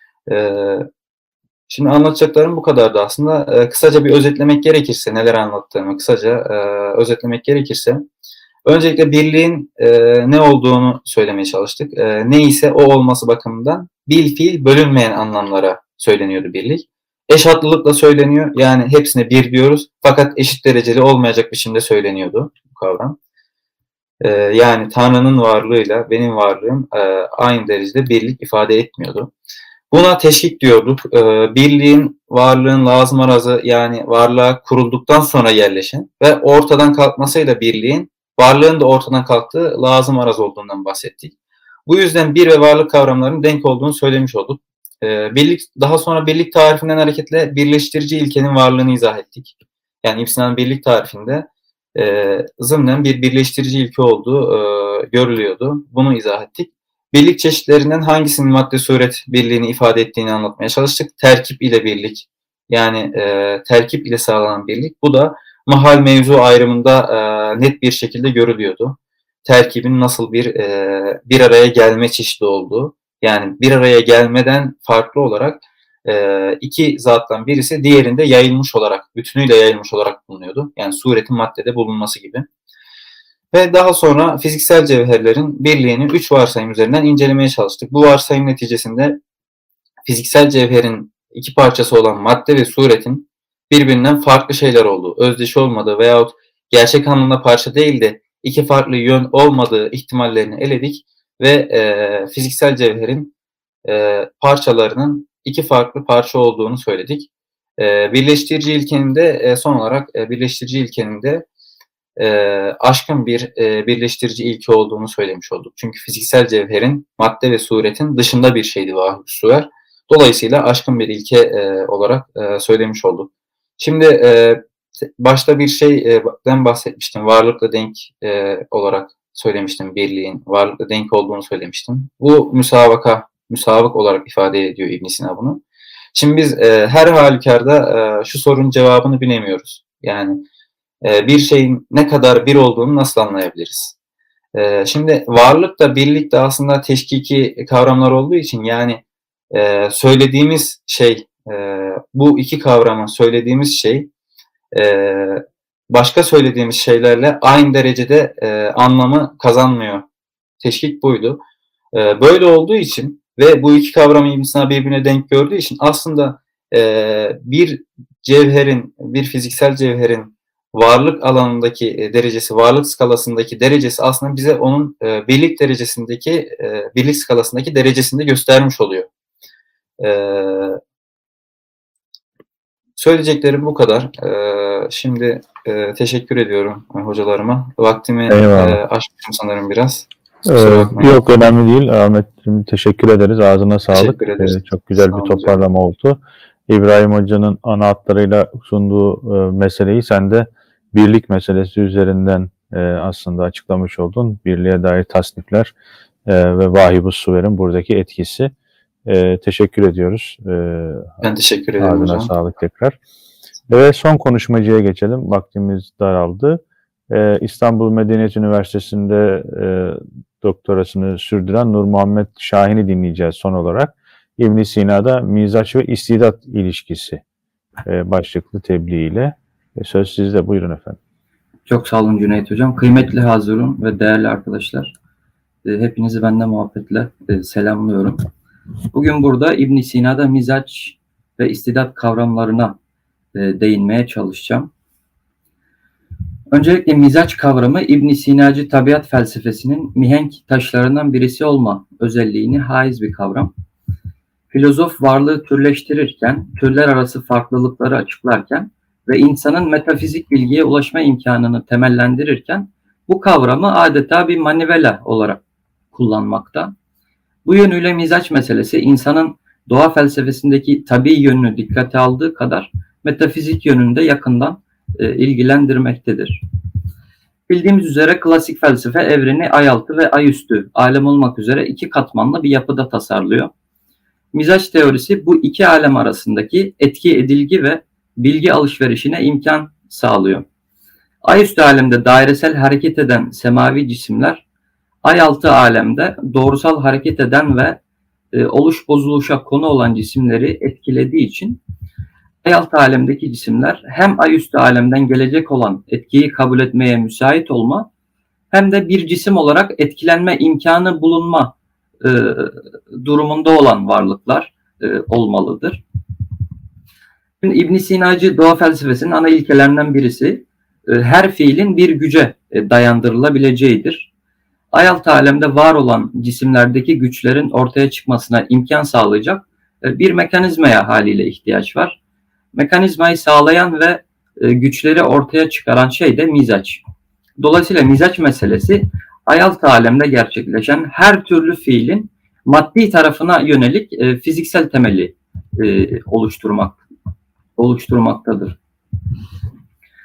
Şimdi anlatacaklarım bu kadardı aslında. Kısaca bir özetlemek gerekirse, neler anlattığımı kısaca özetlemek gerekirse, öncelikle birliğin ne olduğunu söylemeye çalıştık. Ne ise o olması bakımından bilfiil bölünmeyen anlamlara söyleniyordu birlik. Eşhatlılıkla söyleniyor, yani hepsine bir diyoruz fakat eşit dereceli olmayacak biçimde söyleniyordu bu kavram. Yani Tanrı'nın varlığıyla benim varlığım aynı derecede birlik ifade etmiyordu. Buna teşvik diyorduk. Birliğin, varlığın lazım arazı, yani varlığa kurulduktan sonra yerleşen ve ortadan kalkmasıyla birliğin, varlığın da ortadan kalktığı lazım araz olduğundan bahsettik. Bu yüzden bir ve varlık kavramlarının denk olduğunu söylemiş olduk. Daha sonra birlik tarifinden hareketle birleştirici ilkenin varlığını izah ettik. Yani İbn Sina'nın birlik tarifinde zımnen bir birleştirici ilke olduğu görülüyordu. Bunu izah ettik. Birlik çeşitlerinden hangisinin madde suret birliğini ifade ettiğini anlatmaya çalıştık. Terkip ile birlik, yani terkip ile sağlanan birlik. Bu da mahal mevzu ayrımında net bir şekilde görülüyordu. Terkibin nasıl bir araya gelme çeşidi olduğu, yani bir araya gelmeden farklı olarak iki zattan birisi diğerinde yayılmış olarak, bütünüyle yayılmış olarak bulunuyordu. Yani suretin maddede bulunması gibi. Ve daha sonra fiziksel cevherlerin birliğini 3 varsayım üzerinden incelemeye çalıştık. Bu varsayım neticesinde fiziksel cevherin iki parçası olan madde ve suretin birbirinden farklı şeyler olduğu, özdeşi olmadığı veyahut gerçek anlamda parça değil de iki farklı yön olmadığı ihtimallerini eledik ve fiziksel cevherin parçalarının iki farklı parça olduğunu söyledik. Birleştirici ilkenin de son olarak birleştirici ilkenin de aşkın bir birleştirici ilke olduğunu söylemiş olduk. Çünkü fiziksel cevherin madde ve suretin dışında bir şeydi vahid suver. Dolayısıyla aşkın bir ilke olarak söylemiş olduk. Şimdi başta bir şeyden bahsetmiştim. Varlıkla denk olarak söylemiştim birliğin. Varlıkla denk olduğunu söylemiştim. Bu müsabık olarak ifade ediyor İbn Sina bunu. Şimdi biz her halükarda şu sorunun cevabını bilemiyoruz. Yani bir şeyin ne kadar bir olduğunu nasıl anlayabiliriz? Şimdi varlık da birlik de aslında teşkiki kavramlar olduğu için, yani söylediğimiz şey, bu iki kavramın söylediğimiz şey başka söylediğimiz şeylerle aynı derecede anlamı kazanmıyor. Teşkik buydu. Böyle olduğu için ve bu iki kavramı İbn Sina birbirine denk gördüğü için aslında bir cevherin, bir fiziksel cevherin varlık alanındaki derecesi, varlık skalasındaki derecesi aslında bize onun birlik derecesindeki, birlik skalasındaki derecesini de göstermiş oluyor. Söyleyeceklerim bu kadar. Şimdi teşekkür ediyorum hocalarıma. Vaktimi aşmışım sanırım biraz. Yok, önemli değil. Ahmet'cim teşekkür ederiz. Ağzına sağlık. Teşekkür ederiz. Çok güzel bir toparlama oldu. İbrahim Hoca'nın ana hatlarıyla sunduğu meseleyi sen de birlik meselesi üzerinden aslında açıklamış oldun. Birliğe dair tasnifler ve vahib-ı suver'in buradaki etkisi. Teşekkür ediyoruz. Ben teşekkür ederim Ağzına hocam. sağlık tekrar. Ve son konuşmacıya geçelim. Vaktimiz daraldı. İstanbul Medeniyet Üniversitesi'nde doktorasını sürdüren Nur Muhammed Şahin'i dinleyeceğiz son olarak. İbn Sina'da mizaç ve istidat ilişkisi başlıklı tebliğiyle. Söz sizde. Buyurun efendim. Çok sağ olun Cüneyt Hocam. Kıymetli hazırın ve değerli arkadaşlar. Hepinizi ben de muhabbetle selamlıyorum. Bugün burada İbn Sina'da mizaç ve istidat kavramlarına değinmeye çalışacağım. Öncelikle mizaç kavramı İbn Sinacı tabiat felsefesinin mihenk taşlarından birisi olma özelliğini haiz bir kavram. Filozof varlığı türleştirirken, türler arası farklılıkları açıklarken ve insanın metafizik bilgiye ulaşma imkanını temellendirirken bu kavramı adeta bir manivela olarak kullanmakta. Bu yönüyle mizaç meselesi insanın doğa felsefesindeki tabii yönünü dikkate aldığı kadar metafizik yönünde yakından ilgilendirmektedir. Bildiğimiz üzere klasik felsefe evreni ayaltı ve ayüstü alem olmak üzere iki katmanlı bir yapıda tasarlıyor. Mizaç teorisi bu iki alem arasındaki etki edilgi ve bilgi alışverişine imkan sağlıyor. Ayüstü alemde dairesel hareket eden semavi cisimler, ayaltı alemde doğrusal hareket eden ve oluş bozuluşa konu olan cisimleri etkilediği için ayaltı alemdeki cisimler hem ayüstü alemden gelecek olan etkiyi kabul etmeye müsait olma hem de bir cisim olarak etkilenme imkanı bulunma durumunda olan varlıklar olmalıdır. Şimdi İbn Sinacı doğa felsefesinin ana ilkelerinden birisi her fiilin bir güce dayandırılabileceğidir. Ayaltı alemde var olan cisimlerdeki güçlerin ortaya çıkmasına imkan sağlayacak bir mekanizmaya haliyle ihtiyaç var. Mekanizmayı sağlayan ve güçleri ortaya çıkaran şey de mizaç. Dolayısıyla mizaç meselesi ayaltı alemde gerçekleşen her türlü fiilin maddi tarafına yönelik fiziksel temeli oluşturmaktadır.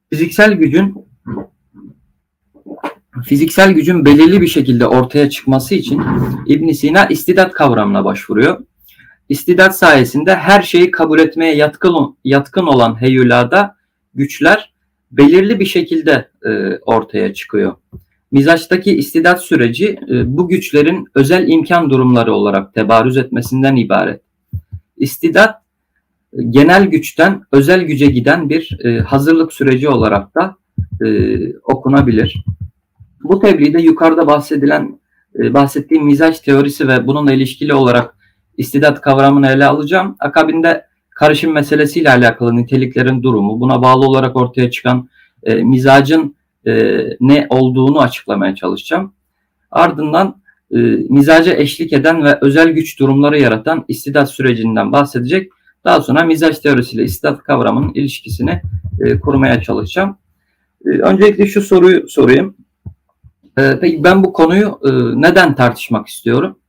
Fiziksel gücün belirli bir şekilde ortaya çıkması için İbn Sina istidat kavramına başvuruyor. İstidat sayesinde her şeyi kabul etmeye yatkın olan heyulada güçler belirli bir şekilde ortaya çıkıyor. Mizaçtaki istidat süreci bu güçlerin özel imkan durumları olarak tebarüz etmesinden ibaret. İstidat genel güçten özel güce giden bir hazırlık süreci olarak da okunabilir. Bu tebliğde yukarıda bahsettiğim mizaç teorisi ve bununla ilişkili olarak istidat kavramını ele alacağım. Akabinde karışım meselesiyle alakalı niteliklerin durumu, buna bağlı olarak ortaya çıkan mizacın ne olduğunu açıklamaya çalışacağım. Ardından mizaca eşlik eden ve özel güç durumları yaratan istidat sürecinden bahsedecek. Daha sonra mizaç teorisiyle istidat kavramının ilişkisini kurmaya çalışacağım. Öncelikle şu soruyu sorayım. Peki ben bu konuyu neden tartışmak istiyorum?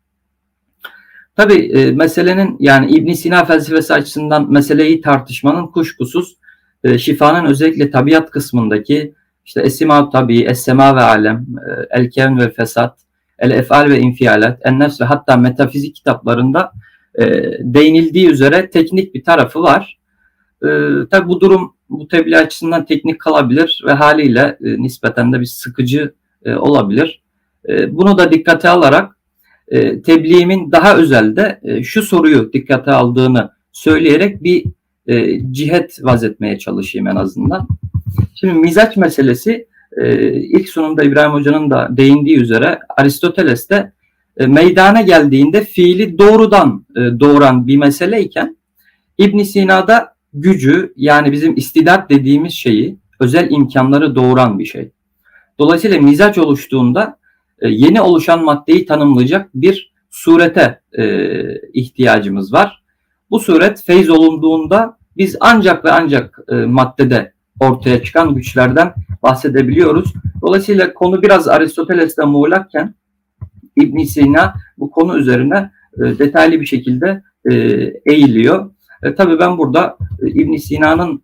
Tabii meselenin, yani İbn Sina felsefesi açısından meseleyi tartışmanın kuşkusuz şifanın özellikle tabiat kısmındaki işte esma tabii, es-sema ve alem, el-kevn ve fesat, el-efal ve infialat, en-nefs ve hatta metafizik kitaplarında değinildiği üzere teknik bir tarafı var. Tabii bu durum bu tebliğ açısından teknik kalabilir ve haliyle nispeten de bir sıkıcı olabilir. Bunu da dikkate alarak tebliğimin daha özelde şu soruyu dikkate aldığını söyleyerek bir cihet vazetmeye çalışayım en azından. Şimdi mizaç meselesi ilk sunumda İbrahim Hoca'nın da değindiği üzere Aristoteles'te meydana geldiğinde fiili doğrudan doğuran bir meseleyken İbn Sina'da gücü, yani bizim istidat dediğimiz şeyi, özel imkanları doğuran bir şey. Dolayısıyla mizaç oluştuğunda yeni oluşan maddeyi tanımlayacak bir surete ihtiyacımız var. Bu suret feyz olunduğunda biz ancak ve ancak maddede ortaya çıkan güçlerden bahsedebiliyoruz. Dolayısıyla konu biraz Aristoteles'te muğlakken İbn Sina bu konu üzerine detaylı bir şekilde eğiliyor. Tabii ben burada İbn Sina'nın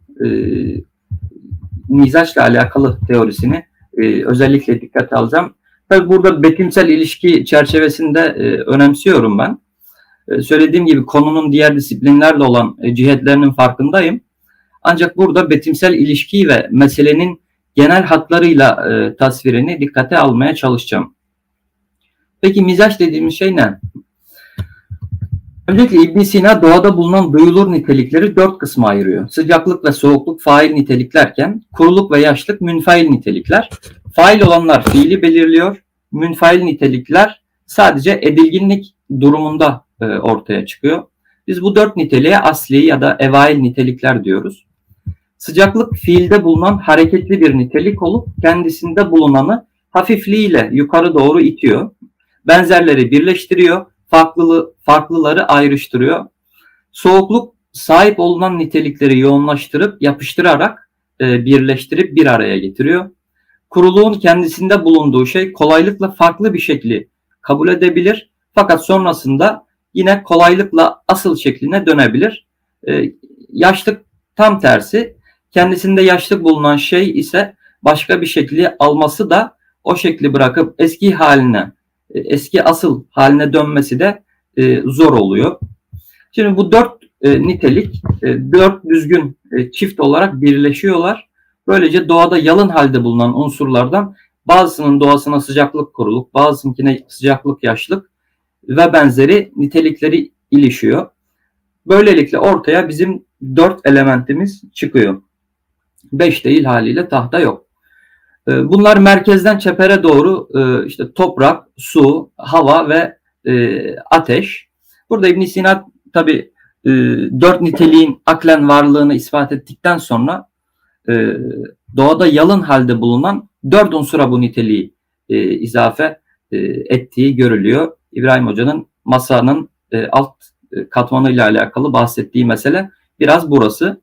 mizaçla alakalı teorisini özellikle dikkate alacağım. Tabii burada betimsel ilişki çerçevesinde önemsiyorum ben. Söylediğim gibi konunun diğer disiplinlerle olan cihetlerinin farkındayım. Ancak burada betimsel ilişkiyi ve meselenin genel hatlarıyla tasvirini dikkate almaya çalışacağım. Peki mizaç dediğimiz şey ne? Öncelikle İbn Sina doğada bulunan duyulur nitelikleri 4 kısma ayırıyor. Sıcaklık ve soğukluk fail niteliklerken kuruluk ve yaşlık münfail nitelikler. Fail olanlar fiili belirliyor. Münfail nitelikler sadece edilginlik durumunda ortaya çıkıyor. Biz bu 4 niteliğe asli ya da evail nitelikler diyoruz. Sıcaklık fiilde bulunan hareketli bir nitelik olup kendisinde bulunanı hafifliğiyle yukarı doğru itiyor. Benzerleri birleştiriyor. Farklıları ayrıştırıyor. Soğukluk sahip olunan nitelikleri yoğunlaştırıp yapıştırarak birleştirip bir araya getiriyor. Kuruluğun kendisinde bulunduğu şey kolaylıkla farklı bir şekli kabul edebilir. Fakat sonrasında yine kolaylıkla asıl şekline dönebilir. Yaşlık tam tersi. Kendisinde yaşlık bulunan şey ise başka bir şekli alması da o şekli bırakıp eski asıl haline dönmesi de zor oluyor. Şimdi bu 4 nitelik 4 düzgün çift olarak birleşiyorlar. Böylece doğada yalın halde bulunan unsurlardan bazısının doğasına sıcaklık kuruluk, bazısınkine sıcaklık yaşlık ve benzeri nitelikleri ilişiyor. Böylelikle ortaya bizim 4 elementimiz çıkıyor. 5 değil haliyle tahta yok. Bunlar merkezden çepere doğru işte toprak, su, hava ve ateş. Burada İbn Sina tabi 4 niteliğin aklen varlığını ispat ettikten sonra doğada yalın halde bulunan 4 unsura bu niteliği izafe ettiği görülüyor. İbrahim Hoca'nın masanın alt katmanıyla alakalı bahsettiği mesele biraz burası.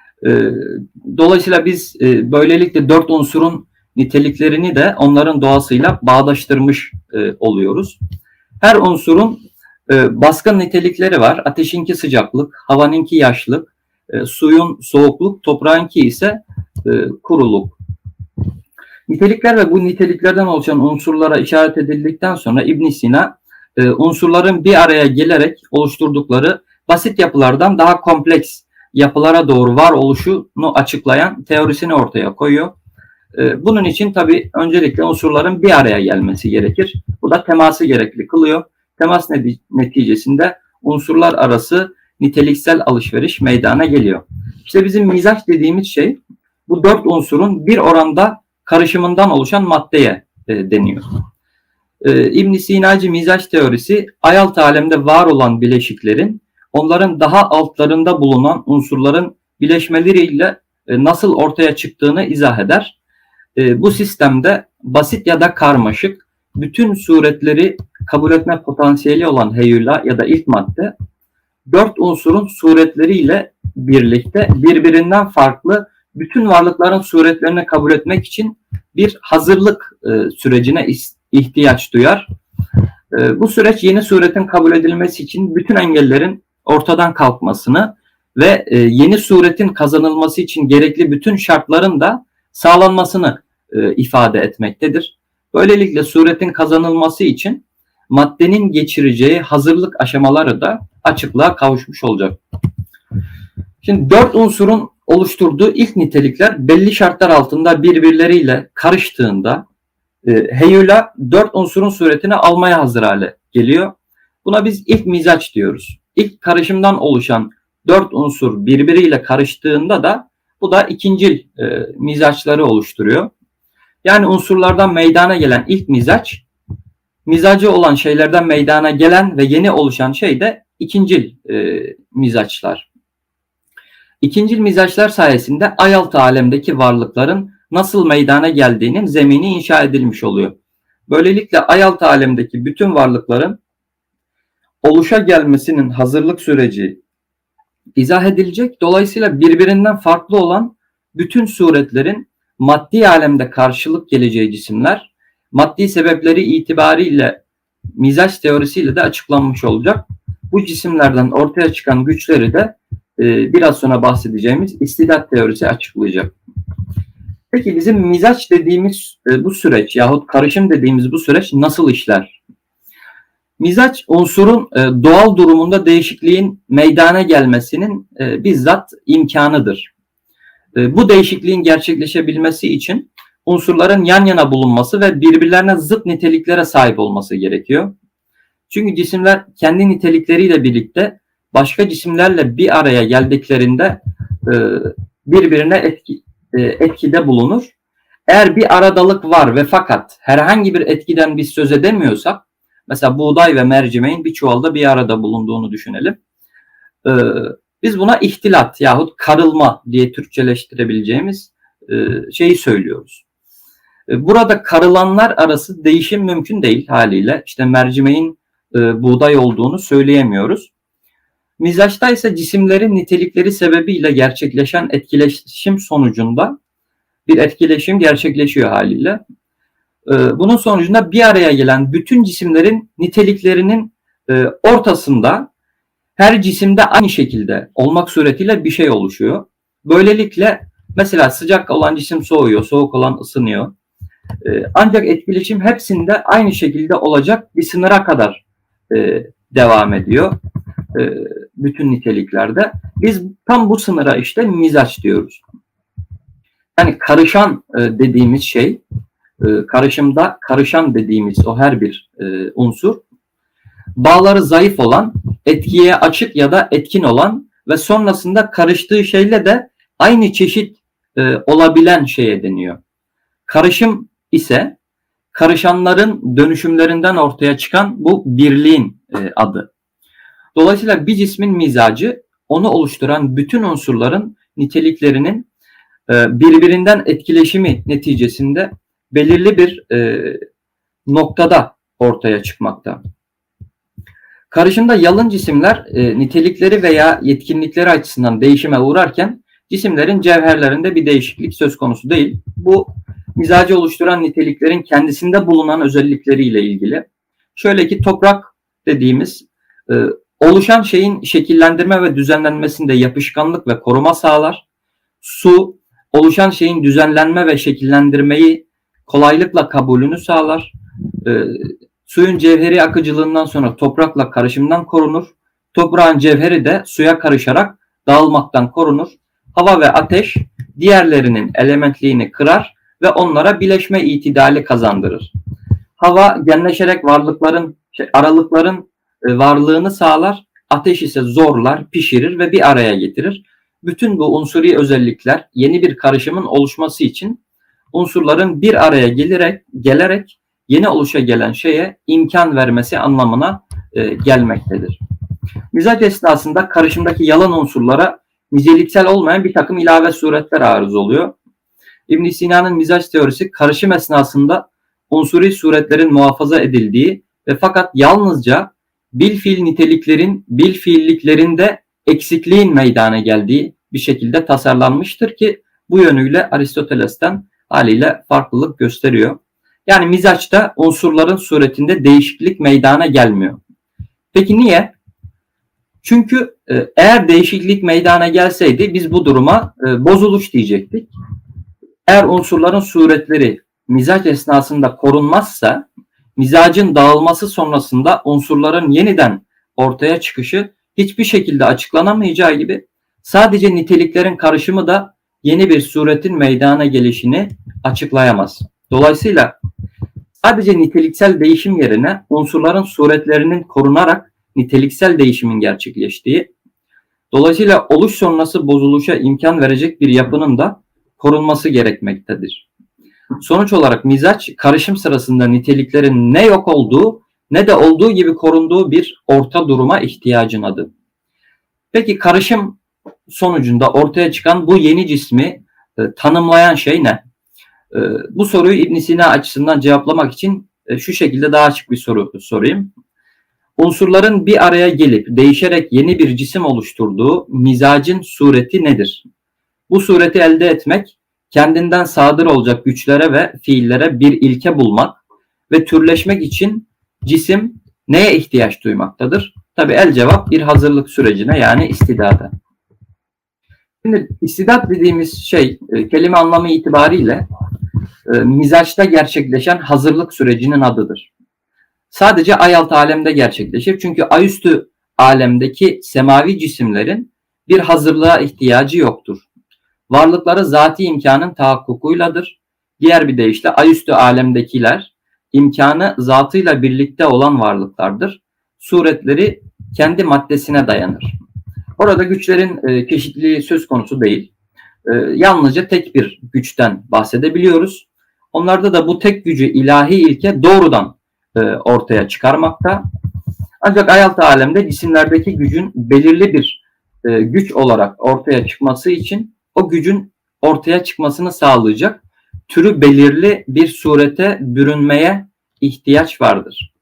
Dolayısıyla biz böylelikle 4 unsurun niteliklerini de onların doğasıyla bağdaştırmış oluyoruz. Her unsurun baskın nitelikleri var. Ateşinki sıcaklık, havanınki yaşlık, suyun soğukluk, toprağınki ise kuruluk. Nitelikler ve bu niteliklerden oluşan unsurlara işaret edildikten sonra İbn Sina unsurların bir araya gelerek oluşturdukları basit yapılardan daha kompleks yapılara doğru var oluşunu açıklayan teorisini ortaya koyuyor. Bunun için tabii öncelikle unsurların bir araya gelmesi gerekir. Bu da teması gerekli kılıyor. Temas neticesinde unsurlar arası niteliksel alışveriş meydana geliyor. İşte bizim mizaç dediğimiz şey bu 4 unsurun bir oranda karışımından oluşan maddeye deniyor. İbn Sinacı mizaç teorisi ayalt alemde var olan bileşiklerin onların daha altlarında bulunan unsurların bileşmeleriyle nasıl ortaya çıktığını izah eder. Bu sistemde basit ya da karmaşık bütün suretleri kabul etme potansiyeli olan heyula ya da ilk madde 4 unsurun suretleriyle birlikte birbirinden farklı bütün varlıkların suretlerini kabul etmek için bir hazırlık sürecine ihtiyaç duyar. Bu süreç yeni suretin kabul edilmesi için bütün engellerin ortadan kalkmasını ve yeni suretin kazanılması için gerekli bütün şartların da sağlanmasını ifade etmektedir. Böylelikle suretin kazanılması için maddenin geçireceği hazırlık aşamaları da açıklığa kavuşmuş olacak. Şimdi 4 unsurun oluşturduğu ilk nitelikler belli şartlar altında birbirleriyle karıştığında heyula 4 unsurun suretini almaya hazır hale geliyor. Buna biz ilk mizaç diyoruz. İlk karışımdan oluşan 4 unsur birbiriyle karıştığında da bu da ikincil mizaçları oluşturuyor. Yani unsurlardan meydana gelen ilk mizaç, mizacı olan şeylerden meydana gelen ve yeni oluşan şey de ikincil mizaçlar. İkincil mizaçlar sayesinde ayaltı alemdeki varlıkların nasıl meydana geldiğinin zemini inşa edilmiş oluyor. Böylelikle ayaltı alemdeki bütün varlıkların oluşa gelmesinin hazırlık süreci izah edilecek. Dolayısıyla birbirinden farklı olan bütün suretlerin maddi alemde karşılık geleceği cisimler maddi sebepleri itibariyle mizaç teorisiyle de açıklanmış olacak. Bu cisimlerden ortaya çıkan güçleri de biraz sonra bahsedeceğimiz istidat teorisi açıklayacak. Peki bizim mizaç dediğimiz bu süreç yahut karışım dediğimiz bu süreç nasıl işler? Mizaç unsurun doğal durumunda değişikliğin meydana gelmesinin bizzat imkanıdır. Bu değişikliğin gerçekleşebilmesi için unsurların yan yana bulunması ve birbirlerine zıt niteliklere sahip olması gerekiyor. Çünkü cisimler kendi nitelikleriyle birlikte başka cisimlerle bir araya geldiklerinde birbirine etkide bulunur. Eğer bir aradalık var ve fakat herhangi bir etkiden biz söz edemiyorsak, mesela buğday ve mercimeğin bir çuvalda bir arada bulunduğunu düşünelim. Biz buna ihtilat yahut karılma diye Türkçeleştirebileceğimiz şeyi söylüyoruz. Burada karılanlar arası değişim mümkün değil haliyle. İşte mercimeğin buğday olduğunu söyleyemiyoruz. Mizaçta ise cisimlerin nitelikleri sebebiyle gerçekleşen etkileşim sonucunda bir etkileşim gerçekleşiyor haliyle. Bunun sonucunda bir araya gelen bütün cisimlerin niteliklerinin ortasında her cisimde aynı şekilde olmak suretiyle bir şey oluşuyor. Böylelikle mesela sıcak olan cisim soğuyor, soğuk olan ısınıyor. Ancak etkileşim hepsinde aynı şekilde olacak bir sınıra kadar devam ediyor. Bütün niteliklerde. Biz tam bu sınıra işte mizaç diyoruz. Yani karışan dediğimiz şey, karışımda karışan dediğimiz o her bir unsur, bağları zayıf olan, etkiye açık ya da etkin olan ve sonrasında karıştığı şeyle de aynı çeşit olabilen şeye deniyor. Karışım ise karışanların dönüşümlerinden ortaya çıkan bu birliğin adı. Dolayısıyla bir cismin mizacı onu oluşturan bütün unsurların niteliklerinin birbirinden etkileşimi neticesinde belirli bir noktada ortaya çıkmakta. Karışımda yalın cisimler nitelikleri veya yetkinlikleri açısından değişime uğrarken cisimlerin cevherlerinde bir değişiklik söz konusu değil. Bu mizacı oluşturan niteliklerin kendisinde bulunan özellikleriyle ilgili. Şöyle ki toprak dediğimiz oluşan şeyin şekillendirme ve düzenlenmesinde yapışkanlık ve koruma sağlar. Su oluşan şeyin düzenlenme ve şekillendirmeyi kolaylıkla kabulünü sağlar. Suyun cevheri akıcılığından sonra toprakla karışımdan korunur. Toprağın cevheri de suya karışarak dağılmaktan korunur. Hava ve ateş diğerlerinin elementliğini kırar ve onlara bileşme itidali kazandırır. Hava genleşerek aralıkların varlığını sağlar. Ateş ise zorlar, pişirir ve bir araya getirir. Bütün bu unsuri özellikler yeni bir karışımın oluşması için unsurların bir araya gelerek yeni oluşa gelen şeye imkan vermesi anlamına gelmektedir. Mizaç esnasında karışımdaki yalan unsurlara niceliksel olmayan bir takım ilave suretler arız oluyor. İbn Sina'nın mizaç teorisi karışım esnasında unsuri suretlerin muhafaza edildiği ve fakat yalnızca bilfiilliklerinde eksikliğin meydana geldiği bir şekilde tasarlanmıştır ki bu yönüyle Aristoteles'ten haliyle farklılık gösteriyor. Yani mizaçta unsurların suretinde değişiklik meydana gelmiyor. Peki niye? Çünkü eğer değişiklik meydana gelseydi biz bu duruma bozuluş diyecektik. Eğer unsurların suretleri mizaç esnasında korunmazsa, mizacın dağılması sonrasında unsurların yeniden ortaya çıkışı hiçbir şekilde açıklanamayacağı gibi sadece niteliklerin karışımı da yeni bir suretin meydana gelişini açıklayamaz. Dolayısıyla sadece niteliksel değişim yerine unsurların suretlerinin korunarak niteliksel değişimin gerçekleştiği, dolayısıyla oluş sonrası bozuluşa imkan verecek bir yapının da korunması gerekmektedir. Sonuç olarak mizaç karışım sırasında niteliklerin ne yok olduğu ne de olduğu gibi korunduğu bir orta duruma ihtiyacın adı. Peki karışım sonucunda ortaya çıkan bu yeni cismi tanımlayan şey ne? Bu soruyu İbn Sina açısından cevaplamak için şu şekilde daha açık bir soru sorayım. Unsurların bir araya gelip değişerek yeni bir cisim oluşturduğu mizacın sureti nedir? Bu sureti elde etmek, kendinden sadır olacak güçlere ve fiillere bir ilke bulmak ve türleşmek için cisim neye ihtiyaç duymaktadır? Tabii el cevap bir hazırlık sürecine, yani istidada. Şimdi istidat dediğimiz şey kelime anlamı itibariyle mizaçta gerçekleşen hazırlık sürecinin adıdır. Sadece ayaltı alemde gerçekleşir. Çünkü ayüstü alemdeki semavi cisimlerin bir hazırlığa ihtiyacı yoktur. Varlıkları zati imkanın tahakkukuyladır. Diğer bir deyişle ayüstü alemdekiler imkanı zatıyla birlikte olan varlıklardır. Suretleri kendi maddesine dayanır. Orada güçlerin çeşitliliği söz konusu değil. Yalnızca tek bir güçten bahsedebiliyoruz. Onlarda da bu tek gücü ilahi ilke doğrudan ortaya çıkarmakta. Ancak ayaltı alemde cisimlerdeki gücün belirli bir güç olarak ortaya çıkması için o gücün ortaya çıkmasını sağlayacak türü belirli bir surete bürünmeye ihtiyaç vardır.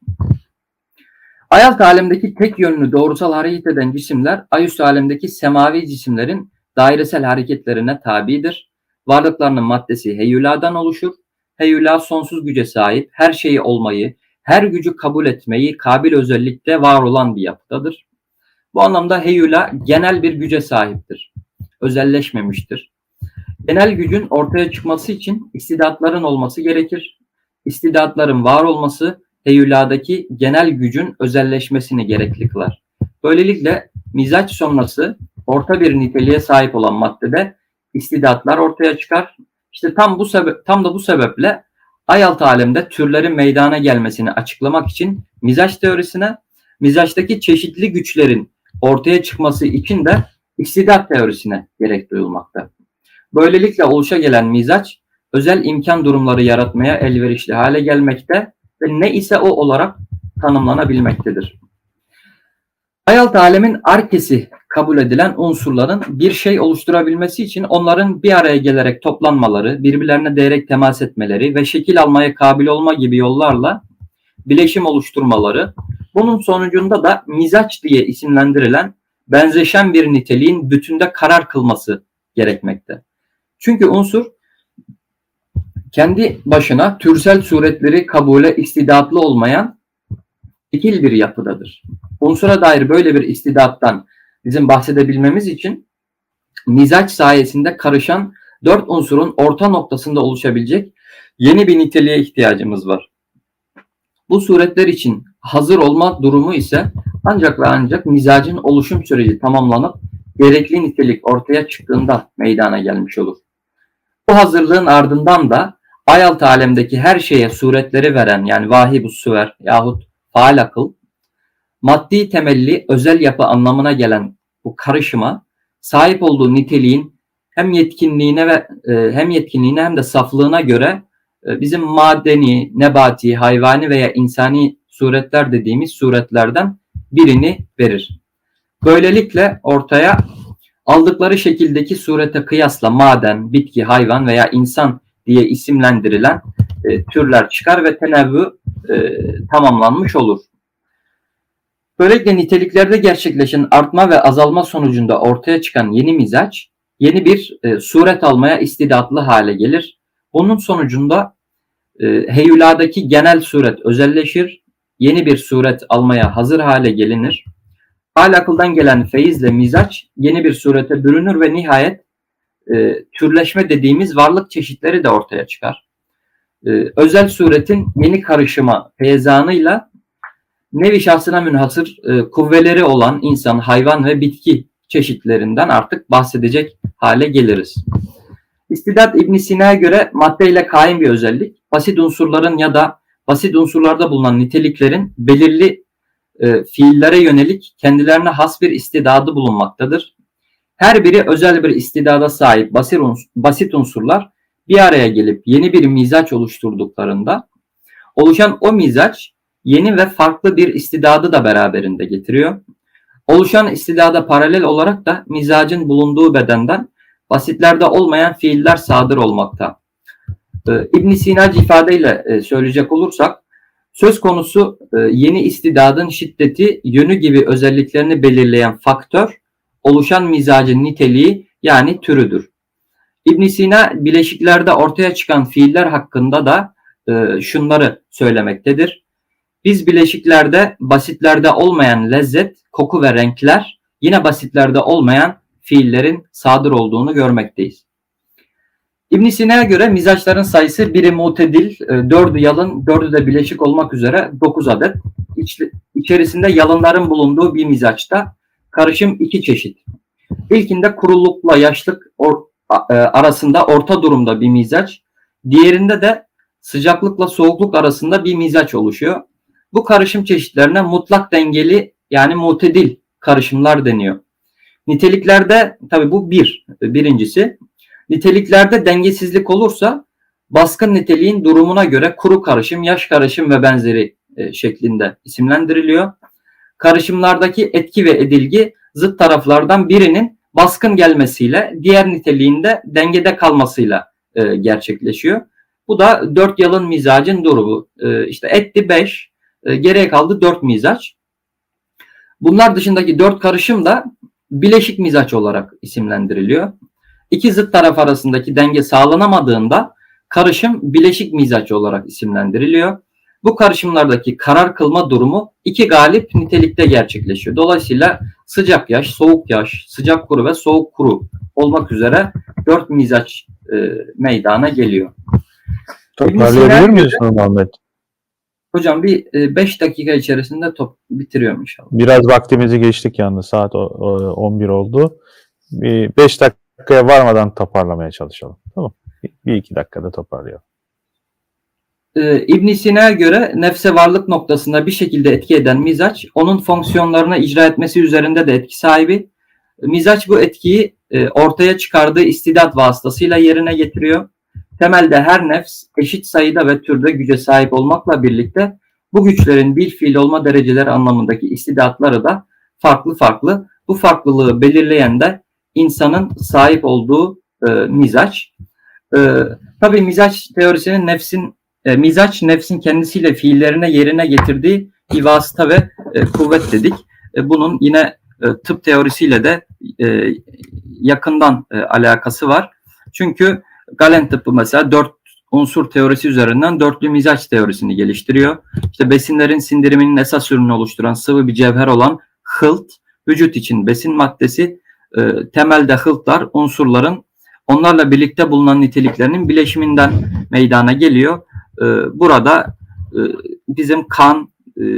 Ayaltı alemdeki tek yönlü doğrusal hareket eden cisimler ayüstü alemdeki semavi cisimlerin dairesel hareketlerine tabidir. Varlıklarının maddesi heyuladan oluşur. Heyula sonsuz güce sahip, her şeyi olmayı, her gücü kabul etmeyi kabil özellikle var olan bir yapıdadır. Bu anlamda heyula genel bir güce sahiptir. Özelleşmemiştir. Genel gücün ortaya çıkması için istidatların olması gerekir. İstidatların var olması heyuladaki genel gücün özelleşmesini gerekli kılar. Böylelikle mizaç sonrası orta bir niteliğe sahip olan maddede istidatlar ortaya çıkar. İşte tam da bu sebeple ayaltı alemde türlerin meydana gelmesini açıklamak için mizaç teorisine, mizaçtaki çeşitli güçlerin ortaya çıkması için de istidat teorisine gerek duyulmakta. Böylelikle oluşa gelen mizaç özel imkan durumları yaratmaya elverişli hale gelmekte ve ne ise o olarak tanımlanabilmektedir. Ayaltı alemin arkesi kabul edilen unsurların bir şey oluşturabilmesi için onların bir araya gelerek toplanmaları, birbirlerine değerek temas etmeleri ve şekil almaya kabil olma gibi yollarla bileşim oluşturmaları, bunun sonucunda da mizaç diye isimlendirilen benzeşen bir niteliğin bütünde karar kılması gerekmekte. Çünkü unsur kendi başına türsel suretleri kabule istidatlı olmayan tekil bir yapıdadır. Unsura dair böyle bir istidattan bizim bahsedebilmemiz için mizaç sayesinde karışan dört unsurun orta noktasında oluşabilecek yeni bir niteliğe ihtiyacımız var. Bu suretler için hazır olma durumu ise ancak ve ancak mizacın oluşum süreci tamamlanıp gerekli nitelik ortaya çıktığında meydana gelmiş olur. Bu hazırlığın ardından da ayaltı alemdeki her şeye suretleri veren yani vahib-ü süver yahut faal akıl, maddi temelli özel yapı anlamına gelen bu karışıma sahip olduğu niteliğin hem yetkinliğine hem de saflığına göre bizim madeni, nebati, hayvani veya insani suretler dediğimiz suretlerden birini verir. Böylelikle ortaya aldıkları şekildeki surete kıyasla maden, bitki, hayvan veya insan diye isimlendirilen türler çıkar ve tenevvü tamamlanmış olur. Böylelikle niteliklerde gerçekleşen artma ve azalma sonucunda ortaya çıkan yeni mizaç, yeni bir suret almaya istidatlı hale gelir. Bunun sonucunda heyuladaki genel suret özelleşir, yeni bir suret almaya hazır hale gelinir. Hal akıldan gelen feyizle mizaç yeni bir surete bürünür ve nihayet türleşme dediğimiz varlık çeşitleri de ortaya çıkar. Özel suretin yeni karışıma feyzanıyla nevi şahsına münhasır kuvveleri olan insan, hayvan ve bitki çeşitlerinden artık bahsedecek hale geliriz. İstidat İbn Sina'ya göre maddeyle kaim bir özellik, basit unsurların ya da basit unsurlarda bulunan niteliklerin belirli fiillere yönelik kendilerine has bir istidadı bulunmaktadır. Her biri özel bir istidada sahip basit unsurlar bir araya gelip yeni bir mizaç oluşturduklarında oluşan o mizaç yeni ve farklı bir istidadı da beraberinde getiriyor. Oluşan istidada paralel olarak da mizacın bulunduğu bedenden basitlerde olmayan fiiller sadır olmakta. İbn Sina'cı ifadeyle söyleyecek olursak, söz konusu yeni istidadın şiddeti, yönü gibi özelliklerini belirleyen faktör, oluşan mizacın niteliği yani türüdür. İbn Sina bileşiklerde ortaya çıkan fiiller hakkında da şunları söylemektedir. Biz bileşiklerde basitlerde olmayan lezzet, koku ve renkler yine basitlerde olmayan fiillerin sadır olduğunu görmekteyiz. İbn Sina'ya göre mizaçların sayısı biri mutedil, 4'ü yalın, 4'ü de bileşik olmak üzere 9 adet. İçerisinde yalınların bulunduğu bir mizaçta karışım 2 çeşit. İlkinde kurulukla yaşlık arasında orta durumda bir mizaç, diğerinde de sıcaklıkla soğukluk arasında bir mizaç oluşuyor. Bu karışım çeşitlerine mutlak dengeli yani mutedil karışımlar deniyor. Niteliklerde tabii bu birincisi. Niteliklerde dengesizlik olursa baskın niteliğin durumuna göre kuru karışım, yaş karışım ve benzeri şeklinde isimlendiriliyor. Karışımlardaki etki ve edilgi zıt taraflardan birinin baskın gelmesiyle diğer niteliğinde dengede kalmasıyla gerçekleşiyor. Bu da 4 yalın mizacın durumu. İşte etti 5, geriye kaldı 4 mizaç. Bunlar dışındaki 4 karışım da bileşik mizaç olarak isimlendiriliyor. İki zıt taraf arasındaki denge sağlanamadığında karışım bileşik mizaç olarak isimlendiriliyor. Bu karışımlardaki karar kılma durumu iki galip nitelikte gerçekleşiyor. Dolayısıyla sıcak yaş, soğuk yaş, sıcak kuru ve soğuk kuru olmak üzere 4 mizaç meydana geliyor. Toparlayabilir miyiz Muhammed? Hocam bir 5 dakika içerisinde bitiriyorum inşallah. Biraz vaktimizi geçtik yalnız. Saat 11 oldu. 5 dakikaya varmadan toparlamaya çalışalım. Tamam. 1-2 dakikada toparlayalım. İbn Sina'ya göre nefse varlık noktasında bir şekilde etki eden mizaç, onun fonksiyonlarını icra etmesi üzerinde de etki sahibi. Mizaç bu etkiyi ortaya çıkardığı istidat vasıtasıyla yerine getiriyor. Temelde her nefs eşit sayıda ve türde güce sahip olmakla birlikte bu güçlerin bir fiil olma dereceleri anlamındaki istidatları da farklı farklı. Bu farklılığı belirleyen de insanın sahip olduğu mizaç. Tabii mizaç teorisinin mizaç nefsin kendisiyle fiillerine yerine getirdiği bir vasıta ve kuvvet dedik. Bunun yine tıp teorisiyle de yakından alakası var. Çünkü Galen tıbbı mesela 4 unsur teorisi üzerinden dörtlü mizaç teorisini geliştiriyor. İşte besinlerin sindiriminin esas ürünü oluşturan sıvı bir cevher olan hılt, vücut için besin maddesi, temelde hıltlar unsurların onlarla birlikte bulunan niteliklerinin bileşiminden meydana geliyor. Burada bizim kan,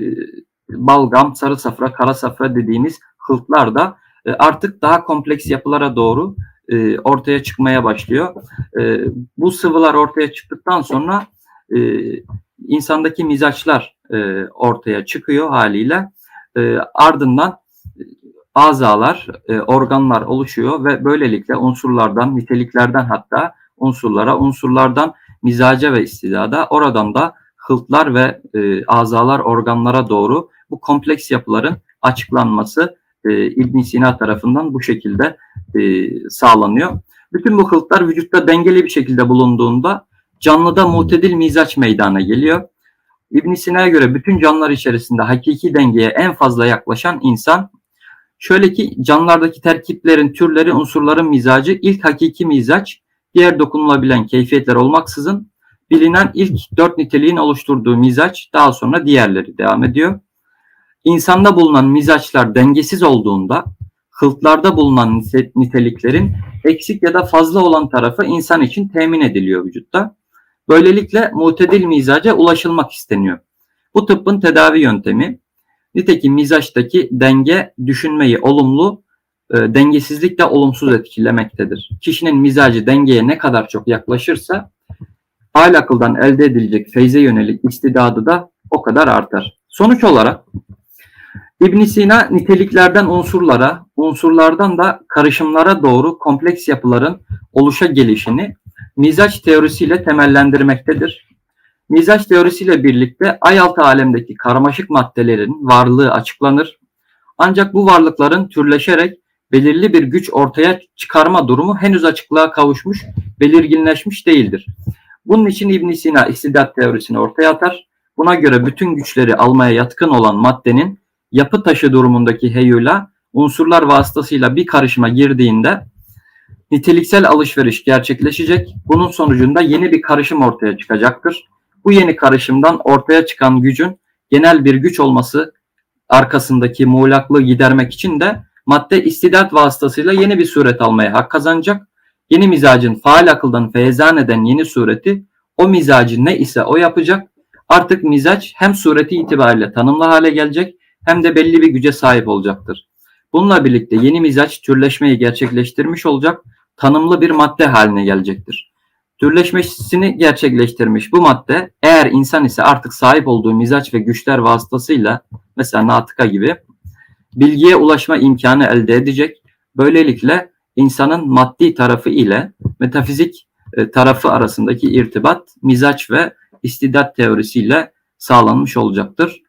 balgam, sarı safra, kara safra dediğimiz hıltlar da artık daha kompleks yapılara doğru ortaya çıkmaya başlıyor. Bu sıvılar ortaya çıktıktan sonra insandaki mizaçlar ortaya çıkıyor haliyle. Ardından azalar, organlar oluşuyor ve böylelikle unsurlardan, niteliklerden hatta unsurlardan mizaca ve istidada, oradan da hıltlar ve azalar, organlara doğru bu kompleks yapıların açıklanması İbn Sina tarafından bu şekilde sağlanıyor. Bütün bu hıltlar vücutta dengeli bir şekilde bulunduğunda canlıda mutedil mizaç meydana geliyor. İbn Sina'ya göre bütün canlılar içerisinde hakiki dengeye en fazla yaklaşan insan. Şöyle ki canlılardaki terkiplerin, türleri, unsurların mizacı ilk hakiki mizaç, diğer dokunulabilen keyfiyetler olmaksızın bilinen ilk 4 niteliğin oluşturduğu mizaç, daha sonra diğerleri devam ediyor. İnsanda bulunan mizaçlar dengesiz olduğunda hıltlarda bulunan niteliklerin eksik ya da fazla olan tarafı insan için temin ediliyor vücutta. Böylelikle mutedil mizaca ulaşılmak isteniyor. Bu tıbbın tedavi yöntemi. Nitekim mizaçtaki denge düşünmeyi olumlu, dengesizlik de olumsuz etkilemektedir. Kişinin mizacı dengeye ne kadar çok yaklaşırsa hal akıldan elde edilecek feyze yönelik istidadı da o kadar artar. Sonuç olarak İbn Sina niteliklerden unsurlara, unsurlardan da karışımlara doğru kompleks yapıların oluşa gelişini mizaç teorisiyle temellendirmektedir. Mizaç teorisiyle birlikte ayaltı alemdeki karmaşık maddelerin varlığı açıklanır. Ancak bu varlıkların türleşerek belirli bir güç ortaya çıkarma durumu henüz açıklığa kavuşmuş, belirginleşmiş değildir. Bunun için İbn Sina istidat teorisini ortaya atar. Buna göre bütün güçleri almaya yatkın olan maddenin yapı taşı durumundaki heyula unsurlar vasıtasıyla bir karışıma girdiğinde niteliksel alışveriş gerçekleşecek. Bunun sonucunda yeni bir karışım ortaya çıkacaktır. Bu yeni karışımdan ortaya çıkan gücün genel bir güç olması arkasındaki muğlaklığı gidermek için de madde istidat vasıtasıyla yeni bir suret almaya hak kazanacak. Yeni mizacın faal akıldan feyzan eden yeni sureti o mizacı ne ise o yapacak. Artık mizaç hem sureti itibariyle tanımlı hale gelecek hem de belli bir güce sahip olacaktır. Bununla birlikte yeni mizaç türleşmeyi gerçekleştirmiş olacak, tanımlı bir madde haline gelecektir. Türleşmesini gerçekleştirmiş bu madde eğer insan ise artık sahip olduğu mizaç ve güçler vasıtasıyla mesela natıka gibi bilgiye ulaşma imkanı elde edecek. Böylelikle insanın maddi tarafı ile metafizik tarafı arasındaki irtibat mizaç ve istidat teorisiyle sağlanmış olacaktır.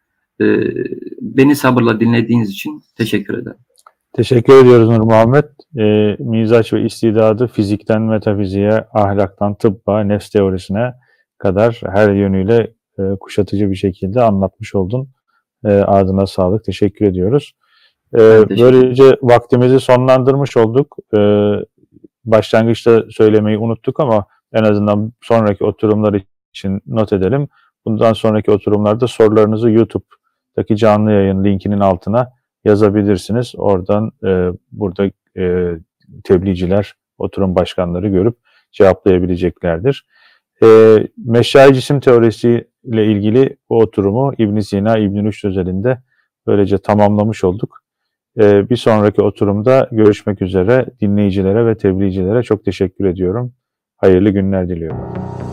Beni sabırla dinlediğiniz için teşekkür ederim. Teşekkür ediyoruz Nur Muhammed. Mizaç ve istidadı fizikten metafiziğe, ahlaktan tıbba, nefs teorisine kadar her yönüyle kuşatıcı bir şekilde anlatmış oldun. Ardına sağlık. Teşekkür ediyoruz. Böylece vaktimizi sonlandırmış olduk. Başlangıçta söylemeyi unuttuk ama en azından sonraki oturumlar için not edelim. Bundan sonraki oturumlarda sorularınızı YouTube'daki canlı yayın linkinin altına yazabilirsiniz. Oradan burada tebliğciler, oturum başkanları görüp cevaplayabileceklerdir. Meşai cisim teorisi ile ilgili bu oturumu İbn Sina, İbn Rüşd özelinde böylece tamamlamış olduk. Bir sonraki oturumda görüşmek üzere. Dinleyicilere ve tebliğcilere çok teşekkür ediyorum. Hayırlı günler diliyorum.